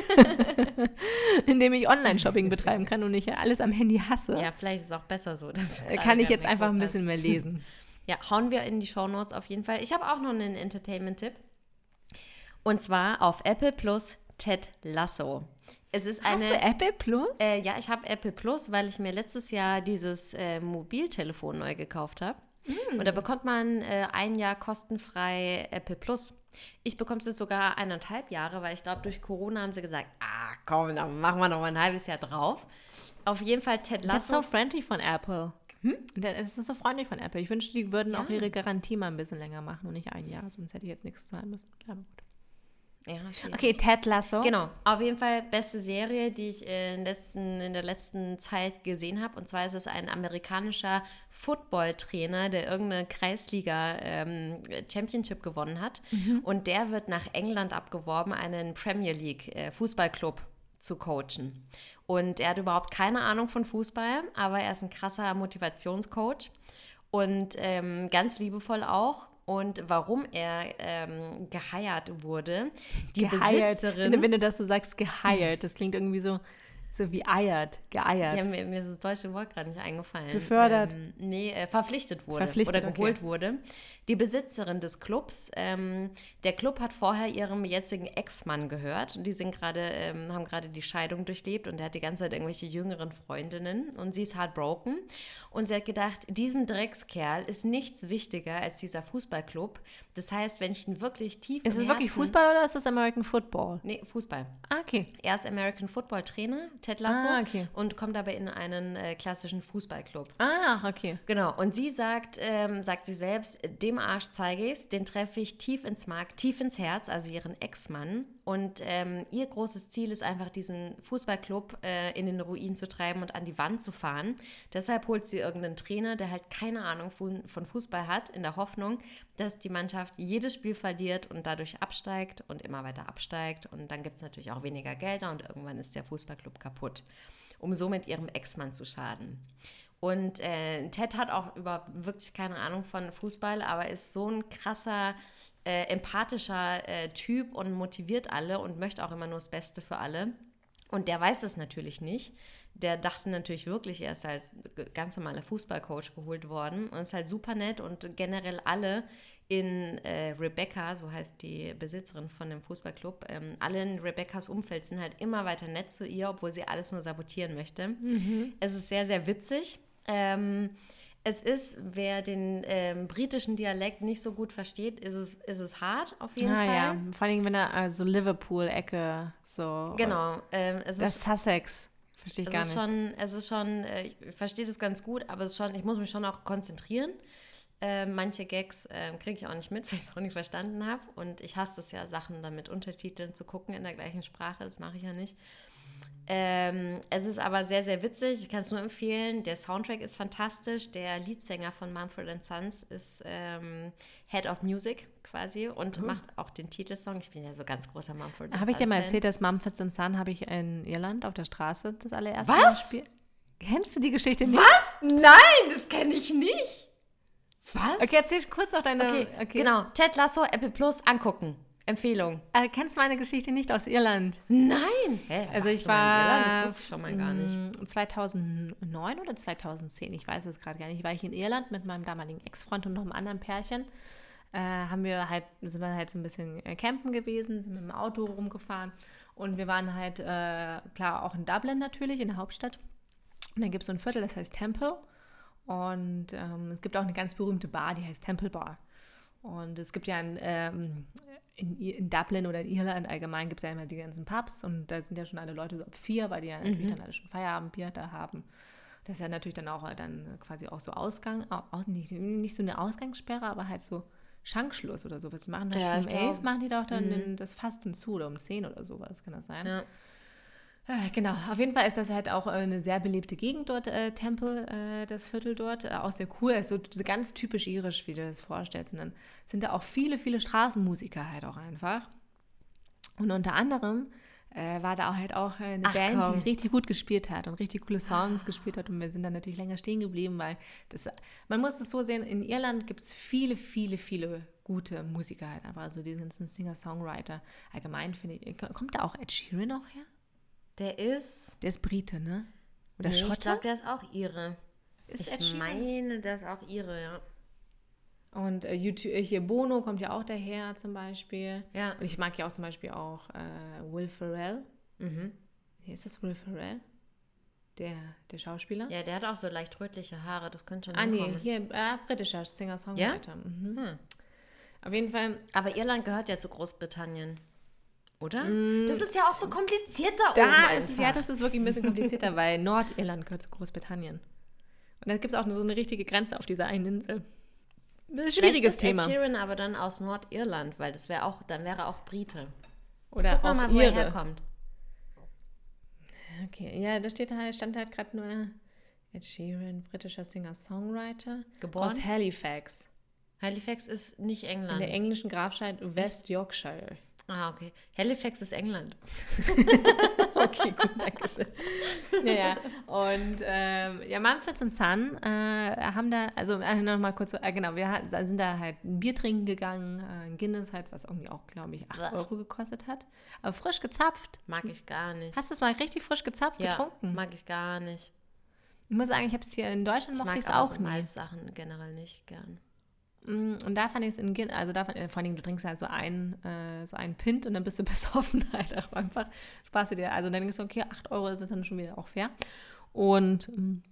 in dem ich Online-Shopping betreiben kann und ich ja alles am Handy hasse, Ja, vielleicht ist es auch besser so. Dass du äh, gerade kann ich kein jetzt einfach ein MacBook bisschen mehr lesen. hast. Ja, hauen wir in die Shownotes auf jeden Fall. Ich habe auch noch einen Entertainment-Tipp. Und zwar auf Apple Plus Ted Lasso. Es ist eine. Hast du Apple Plus? Äh, ja, ich habe Apple Plus, weil ich mir letztes Jahr dieses äh, Mobiltelefon neu gekauft habe. Und da bekommt man äh, ein Jahr kostenfrei Apple Plus. Ich bekomme es jetzt sogar eineinhalb Jahre, weil ich glaube, durch Corona haben sie gesagt, ah komm, dann machen wir noch mal ein halbes Jahr drauf. Auf jeden Fall Ted Das ist Lasso. so friendly von Apple. Das ist so freundlich von Apple. Ich wünschte, die würden Ja. auch ihre Garantie mal ein bisschen länger machen und nicht ein Jahr, sonst hätte ich jetzt nichts sagen müssen. Ja, aber gut. Ja, schwierig. Okay, Ted Lasso. Genau, auf jeden Fall beste Serie, die ich in, letzten, in der letzten Zeit gesehen habe. Und zwar ist es ein amerikanischer Footballtrainer, der irgendeine Kreisliga-Championship gewonnen hat. Und der wird nach England abgeworben, einen Premier League-Fußballclub zu coachen. Und er hat überhaupt keine Ahnung von Fußball, aber er ist ein krasser Motivationscoach und ähm, ganz liebevoll auch. Und warum er ähm, geheiert wurde, die Gehired. Besitzerin... Wenn, wenn du das so sagst, geheiert, das klingt irgendwie so, So wie eiert, geeiert. Ja, mir, mir ist das deutsche Wort gerade nicht eingefallen. Befördert. Ähm, nee, äh, verpflichtet wurde Verpflichtet, oder geholt okay. wurde. Die Besitzerin des Clubs. Ähm, der Club hat vorher ihrem jetzigen Ex-Mann gehört. Und die sind gerade, ähm, haben gerade die Scheidung durchlebt und er hat die ganze Zeit irgendwelche jüngeren Freundinnen. Und sie ist heartbroken. Und sie hat gedacht, diesem Dreckskerl ist nichts wichtiger als dieser Fußballclub. Das heißt, wenn ich ihn wirklich tief Ist im es wirklich Herzen- Fußball oder ist das American Football? Nee, Fußball. Ah, okay. Er ist American Football Trainer, Ted Lasso, Ah, okay. und kommt aber in einen äh, klassischen Fußballclub. Ah, okay. Genau, und sie sagt, ähm, sagt sie selbst, dem Arsch zeige ich es, den treffe ich tief ins Mark, tief ins Herz, also ihren Ex-Mann. Und ähm, ihr großes Ziel ist einfach, diesen Fußballclub äh, in den Ruin zu treiben und an die Wand zu fahren. Deshalb holt sie irgendeinen Trainer, der halt keine Ahnung von, von Fußball hat, in der Hoffnung, dass die Mannschaft jedes Spiel verliert und dadurch absteigt und immer weiter absteigt. Und dann gibt es natürlich auch weniger Gelder und irgendwann ist der Fußballclub kaputt, um somit ihrem Ex-Mann zu schaden. Und äh, Ted hat auch über wirklich keine Ahnung von Fußball, aber ist so ein krasser, äh, empathischer äh, Typ und motiviert alle und möchte auch immer nur das Beste für alle. Und der weiß es natürlich nicht. Der dachte natürlich wirklich, er ist als ganz normaler Fußballcoach geholt worden und ist halt super nett und generell alle in äh, Rebecca, so heißt die Besitzerin von dem Fußballclub, ähm, alle in Rebeccas Umfeld sind halt immer weiter nett zu ihr, obwohl sie alles nur sabotieren möchte. Mhm. Es ist sehr, sehr witzig. Ähm, es ist, wer den ähm, britischen Dialekt nicht so gut versteht, ist es, ist es hart auf jeden ah, Fall. Ja, vor allem, wenn er also Liverpool-Ecke so. Genau. Ähm, es Das ist Sussex. Verstehe ich es gar ist nicht. schon, es ist schon, äh, ich verstehe das ganz gut, aber es ist schon, ich muss mich schon auch konzentrieren. Äh, manche Gags äh, kriege ich auch nicht mit, weil ich es auch nicht verstanden habe. Und ich hasse es ja, Sachen dann mit Untertiteln zu gucken in der gleichen Sprache. Das mache ich ja nicht. Ähm, es ist aber sehr, sehr witzig. Ich kann es nur empfehlen. Der Soundtrack ist fantastisch. Der Leadsänger von Mumford and Sons ist ähm, Head of Music quasi und mhm. macht auch den Titelsong. Ich bin ja so ganz großer Mumford and Sons. Habe ich dir mal erzählt, dass Mumford and Sons habe ich in Irland auf der Straße das allererste Was? Mal gespielt? Kennst du die Geschichte nicht? Was? Nein, das kenne ich nicht. Was? Okay, erzähl kurz noch deine... Okay, okay. genau. Ted Lasso, Apple Plus, angucken. Empfehlung. Äh, kennst du meine Geschichte nicht aus Irland? Nein. Hä, Also warst ich du mal in war Irland? Das wusste ich schon mal gar nicht. zweitausendneun oder zweitausendzehn, ich weiß es gerade gar nicht, war ich in Irland mit meinem damaligen Ex-Freund und noch einem anderen Pärchen. Äh, haben wir halt, sind wir halt so ein bisschen äh, campen gewesen, sind mit dem Auto rumgefahren und wir waren halt, äh, klar, auch in Dublin natürlich, in der Hauptstadt. Und dann gibt es so ein Viertel, das heißt Temple. Und ähm, es gibt auch eine ganz berühmte Bar, die heißt Temple Bar. Und es gibt ja ein, ähm, in, in Dublin oder in Irland allgemein gibt es ja immer die ganzen Pubs und da sind ja schon alle Leute so ab vier, weil die ja natürlich mhm. dann alle schon Feierabendbier da haben. Das ist ja natürlich dann auch dann quasi auch so Ausgang, auch nicht, nicht so eine Ausgangssperre, aber halt so Schankschluss oder sowas. Die machen das ja, schon um elf, glaub. machen die doch dann mhm. den, das Fasten zu oder um zehn oder sowas, kann das sein? Ja. Äh, genau, auf jeden Fall ist das halt auch eine sehr belebte Gegend dort, äh, Temple, äh, das Viertel dort, äh, auch sehr cool, ist so, so ganz typisch irisch, wie du das vorstellst. Und dann sind da auch viele, viele Straßenmusiker halt auch einfach. Und unter anderem äh, war da auch halt auch eine Ach, Band, komm. die richtig gut gespielt hat und richtig coole Songs ah. gespielt hat. Und wir sind dann natürlich länger stehen geblieben, weil das, man muss es so sehen, in Irland gibt es viele, viele, viele gute Musiker halt einfach, also diese ganzen Singer-Songwriter. Allgemein finde ich, kommt da auch Ed Sheeran auch her? Der ist... Der ist Brite, ne? Oder nee, Schotte? Ich glaube, der ist auch Ire. Ist ich Ed Sheeran? meine, der ist auch Ire, ja. Und äh, YouTube, hier Bono kommt ja auch daher zum Beispiel. Ja. Und ich mag ja auch zum Beispiel auch äh, Will Ferrell. Mhm. Ist das Will Ferrell? Der, der Schauspieler? Ja, der hat auch so leicht rötliche Haare, das könnte schon Ah, hinkommen. nee, hier äh, britischer Singer-Songwriter. Ja? Mhm. Hm. Auf jeden Fall. Aber Irland gehört ja zu Großbritannien. Oder? Mm, das ist ja auch so kompliziert da, da oben ist es, ja, das ist wirklich ein bisschen komplizierter, weil Nordirland gehört zu Großbritannien. Und dann gibt es auch so eine richtige Grenze auf dieser einen Insel. Ein schwieriges ist Thema. Ed Sheeran aber dann aus Nordirland, weil das wäre auch, dann wäre auch Brite. Oder Guck auch mal, wo Ire. er herkommt. Okay, ja, da steht halt, stand halt gerade nur Ed Sheeran, britischer Singer-Songwriter. Geboren? Aus Halifax. Halifax ist nicht England. In der englischen Grafschaft West Yorkshire. Ah, okay. Halifax ist England. Okay, gut, danke schön. Ja, ja. Und ähm, ja, Mumford und Son äh, haben da, also äh, nochmal kurz, äh, genau, wir hat, sind da halt ein Bier trinken gegangen, äh, ein Guinness halt, was irgendwie auch, glaube ich, acht Euro gekostet hat. Aber frisch gezapft. Mag ich gar nicht. Hast du es mal richtig frisch gezapft ja, getrunken? mag ich gar nicht. Ich muss sagen, ich habe es hier in Deutschland, ich mochte ich es auch auch so nie. Sachen generell nicht gern. Und da fand ich es in Gin, also da fand, vor allen Dingen, du trinkst halt so einen, äh, so einen Pint und dann bist du besoffen halt auch einfach. Spaß dir. Also dann denkst du, okay, acht Euro ist dann schon wieder auch fair. Und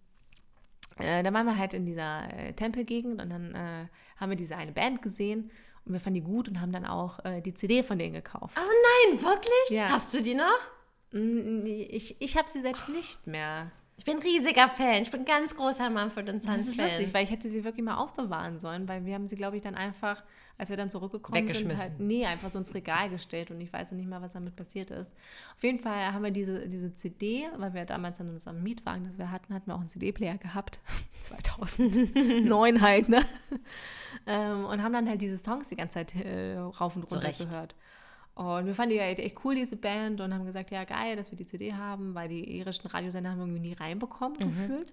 äh, dann waren wir halt in dieser äh, Tempelgegend und dann äh, haben wir diese eine Band gesehen und wir fanden die gut und haben dann auch äh, die C D von denen gekauft. Oh nein, wirklich? Ja. Hast du die noch? Ich, ich habe sie selbst nicht mehr. Ich bin ein riesiger Fan. Ich bin ein ganz großer Mumford und Sons Fan. Das ist lustig, weil ich hätte sie wirklich mal aufbewahren sollen, weil wir haben sie, glaube ich, dann einfach, als wir dann zurückgekommen sind, halt, nee, einfach so ins Regal gestellt und ich weiß ja nicht mehr, was damit passiert ist. Auf jeden Fall haben wir diese, diese C D, weil wir damals in unserem Mietwagen, das wir hatten, hatten wir auch einen C D-Player gehabt, zweitausendneun halt, ne? Und haben dann halt diese Songs die ganze Zeit äh, rauf und runter Zurecht. gehört. Und wir fanden die halt echt cool, diese Band, und haben gesagt, ja geil, dass wir die C D haben, weil die irischen Radiosender haben wir irgendwie nie reinbekommen, mhm. gefühlt.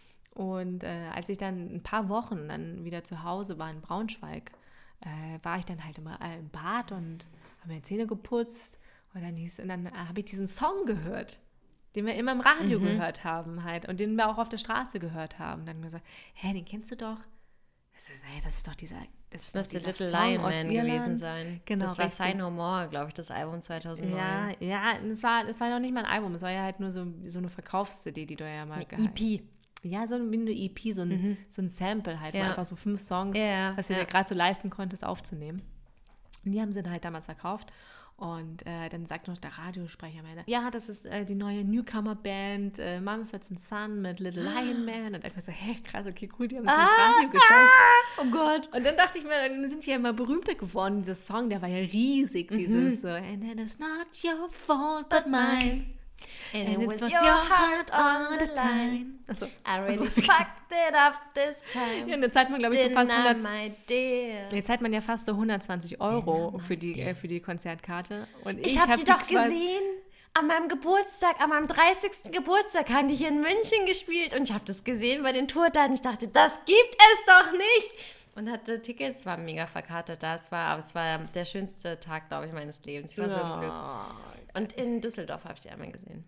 Und äh, als ich dann ein paar Wochen dann wieder zu Hause war in Braunschweig, äh, war ich dann halt immer äh, im Bad und habe mir die Zähne geputzt und dann, hieß, und dann äh, habe ich diesen Song gehört, den wir immer im Radio mhm. gehört haben halt und den wir auch auf der Straße gehört haben. Und dann haben wir gesagt, hä, den kennst du doch? Das ist, hey, das ist doch dieser... Das müsste Little Lion Man gewesen sein. Genau, das war richtig. Say No More, glaube ich, das Album zweitausendneun. Ja, ja, es war, es war noch nicht mal ein Album, es war ja halt nur so, so eine Verkaufs-C D, die du ja mal gehabt hast. E P. Ja, so eine E P, so ein, mhm. so ein Sample halt, ja. wo einfach so fünf Songs, ja, was du ja. dir gerade so leisten konntest, aufzunehmen. Und die haben sie dann halt damals verkauft. Und äh, dann sagt noch der Radiosprecher, meine, ja, das ist äh, die neue Newcomer-Band äh, Mumford und Son mit Little Lion Man. Und einfach so, hä, krass, okay, cool, die haben es ah, ins Radio geschafft. Ah, oh Gott. Und dann dachte ich mir, dann sind die ja immer berühmter geworden, dieser Song, der war ja riesig, dieses mhm. so, and then it's not your fault but mine. And, and it was, was your heart on the line. Achso. I really also, fucked it up this time. Ja, und jetzt zahlt man, glaube ich, so fast hundert, my dear. Jetzt zahlt man ja fast so hundertzwanzig Euro für die, äh, für die Konzertkarte. Und ich ich habe hab die doch gesehen. An meinem Geburtstag, an meinem dreißigsten Geburtstag haben die hier in München gespielt. Und ich habe das gesehen bei den Tourdaten. Ich dachte, das gibt es doch nicht. Und hatte Tickets, war mega verkatert da. Es war, aber es war der schönste Tag, glaube ich, meines Lebens. Ich war ja. so im Glück. Und in Düsseldorf habe ich die einmal gesehen.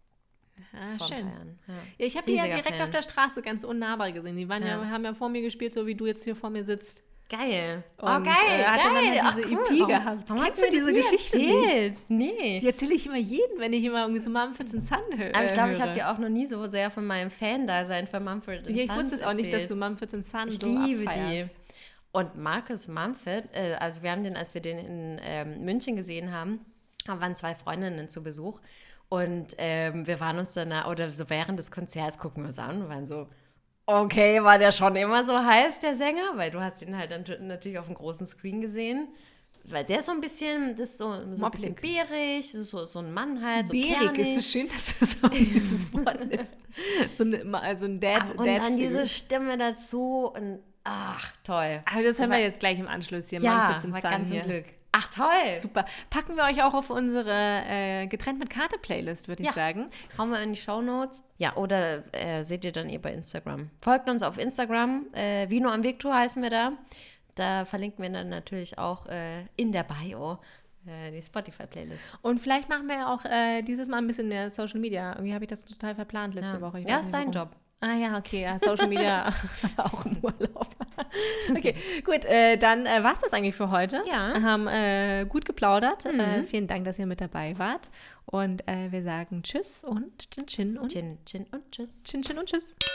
Ja, schön. Ja. Ja, ich habe die ja direkt Fan. auf der Straße ganz unnahbar gesehen. Die waren ja. Ja, haben ja vor mir gespielt, so wie du jetzt hier vor mir sitzt. Geil. Und, oh, geil, äh, hatte geil. Dann halt Ach, diese cool. E P warum, gehabt. Warum Kennst hast du diese Geschichte erzählt? nicht? Nee. Die erzähle ich immer jedem, wenn ich immer irgendwie so Mumford und Son höre. Aber ich glaube, ich habe dir auch noch nie so sehr von meinem Fan-Dasein für Mumford und Sons Ja, ich wusste es auch nicht, erzählt. dass du Mumford und Son ich so liebe abfeierst. die. Und Marcus Mumford, äh, also wir haben den, als wir den in ähm, München gesehen haben, waren zwei Freundinnen zu Besuch. Und ähm, wir waren uns dann, oder so während des Konzerts gucken wir uns an und waren so, okay, war der schon immer so heiß, der Sänger? Weil du hast ihn halt dann natürlich auf dem großen Screen gesehen. Weil der ist so ein bisschen, das ist so, so ein bisschen bärig, so, so ein Mann halt, so bärig, kernig. ist es schön, dass du so dieses Wort ist. So ein, also ein Dad, Und Dad dann diese Stimme dazu und ach, toll. Aber das hören wir jetzt gleich im Anschluss hier. Ja, Mumford und Son ganz hier. zum Glück. Ach, toll. Super. Packen wir euch auch auf unsere äh, Getrennt mit Karte-Playlist, würde ich ja. sagen. Hauen wir in die Shownotes. Ja, oder äh, seht ihr dann eh bei Instagram. Folgt uns auf Instagram. Äh, Vino am Victor heißen wir da. Da verlinken wir dann natürlich auch äh, in der Bio äh, die Spotify-Playlist. Und vielleicht machen wir auch äh, dieses Mal ein bisschen mehr Social Media. Irgendwie habe ich das total verplant letzte ja. Woche. Ich ja, ist dein Job. Ah ja, okay, ja, Social Media auch im Urlaub. Okay, gut, äh, dann äh, war es das eigentlich für heute. Ja. Wir haben äh, gut geplaudert. Mhm. Äh, vielen Dank, dass ihr mit dabei wart. Und äh, wir sagen Tschüss und Chin Chin und Chin Chin und Tschüss. Chin Chin und Tschüss.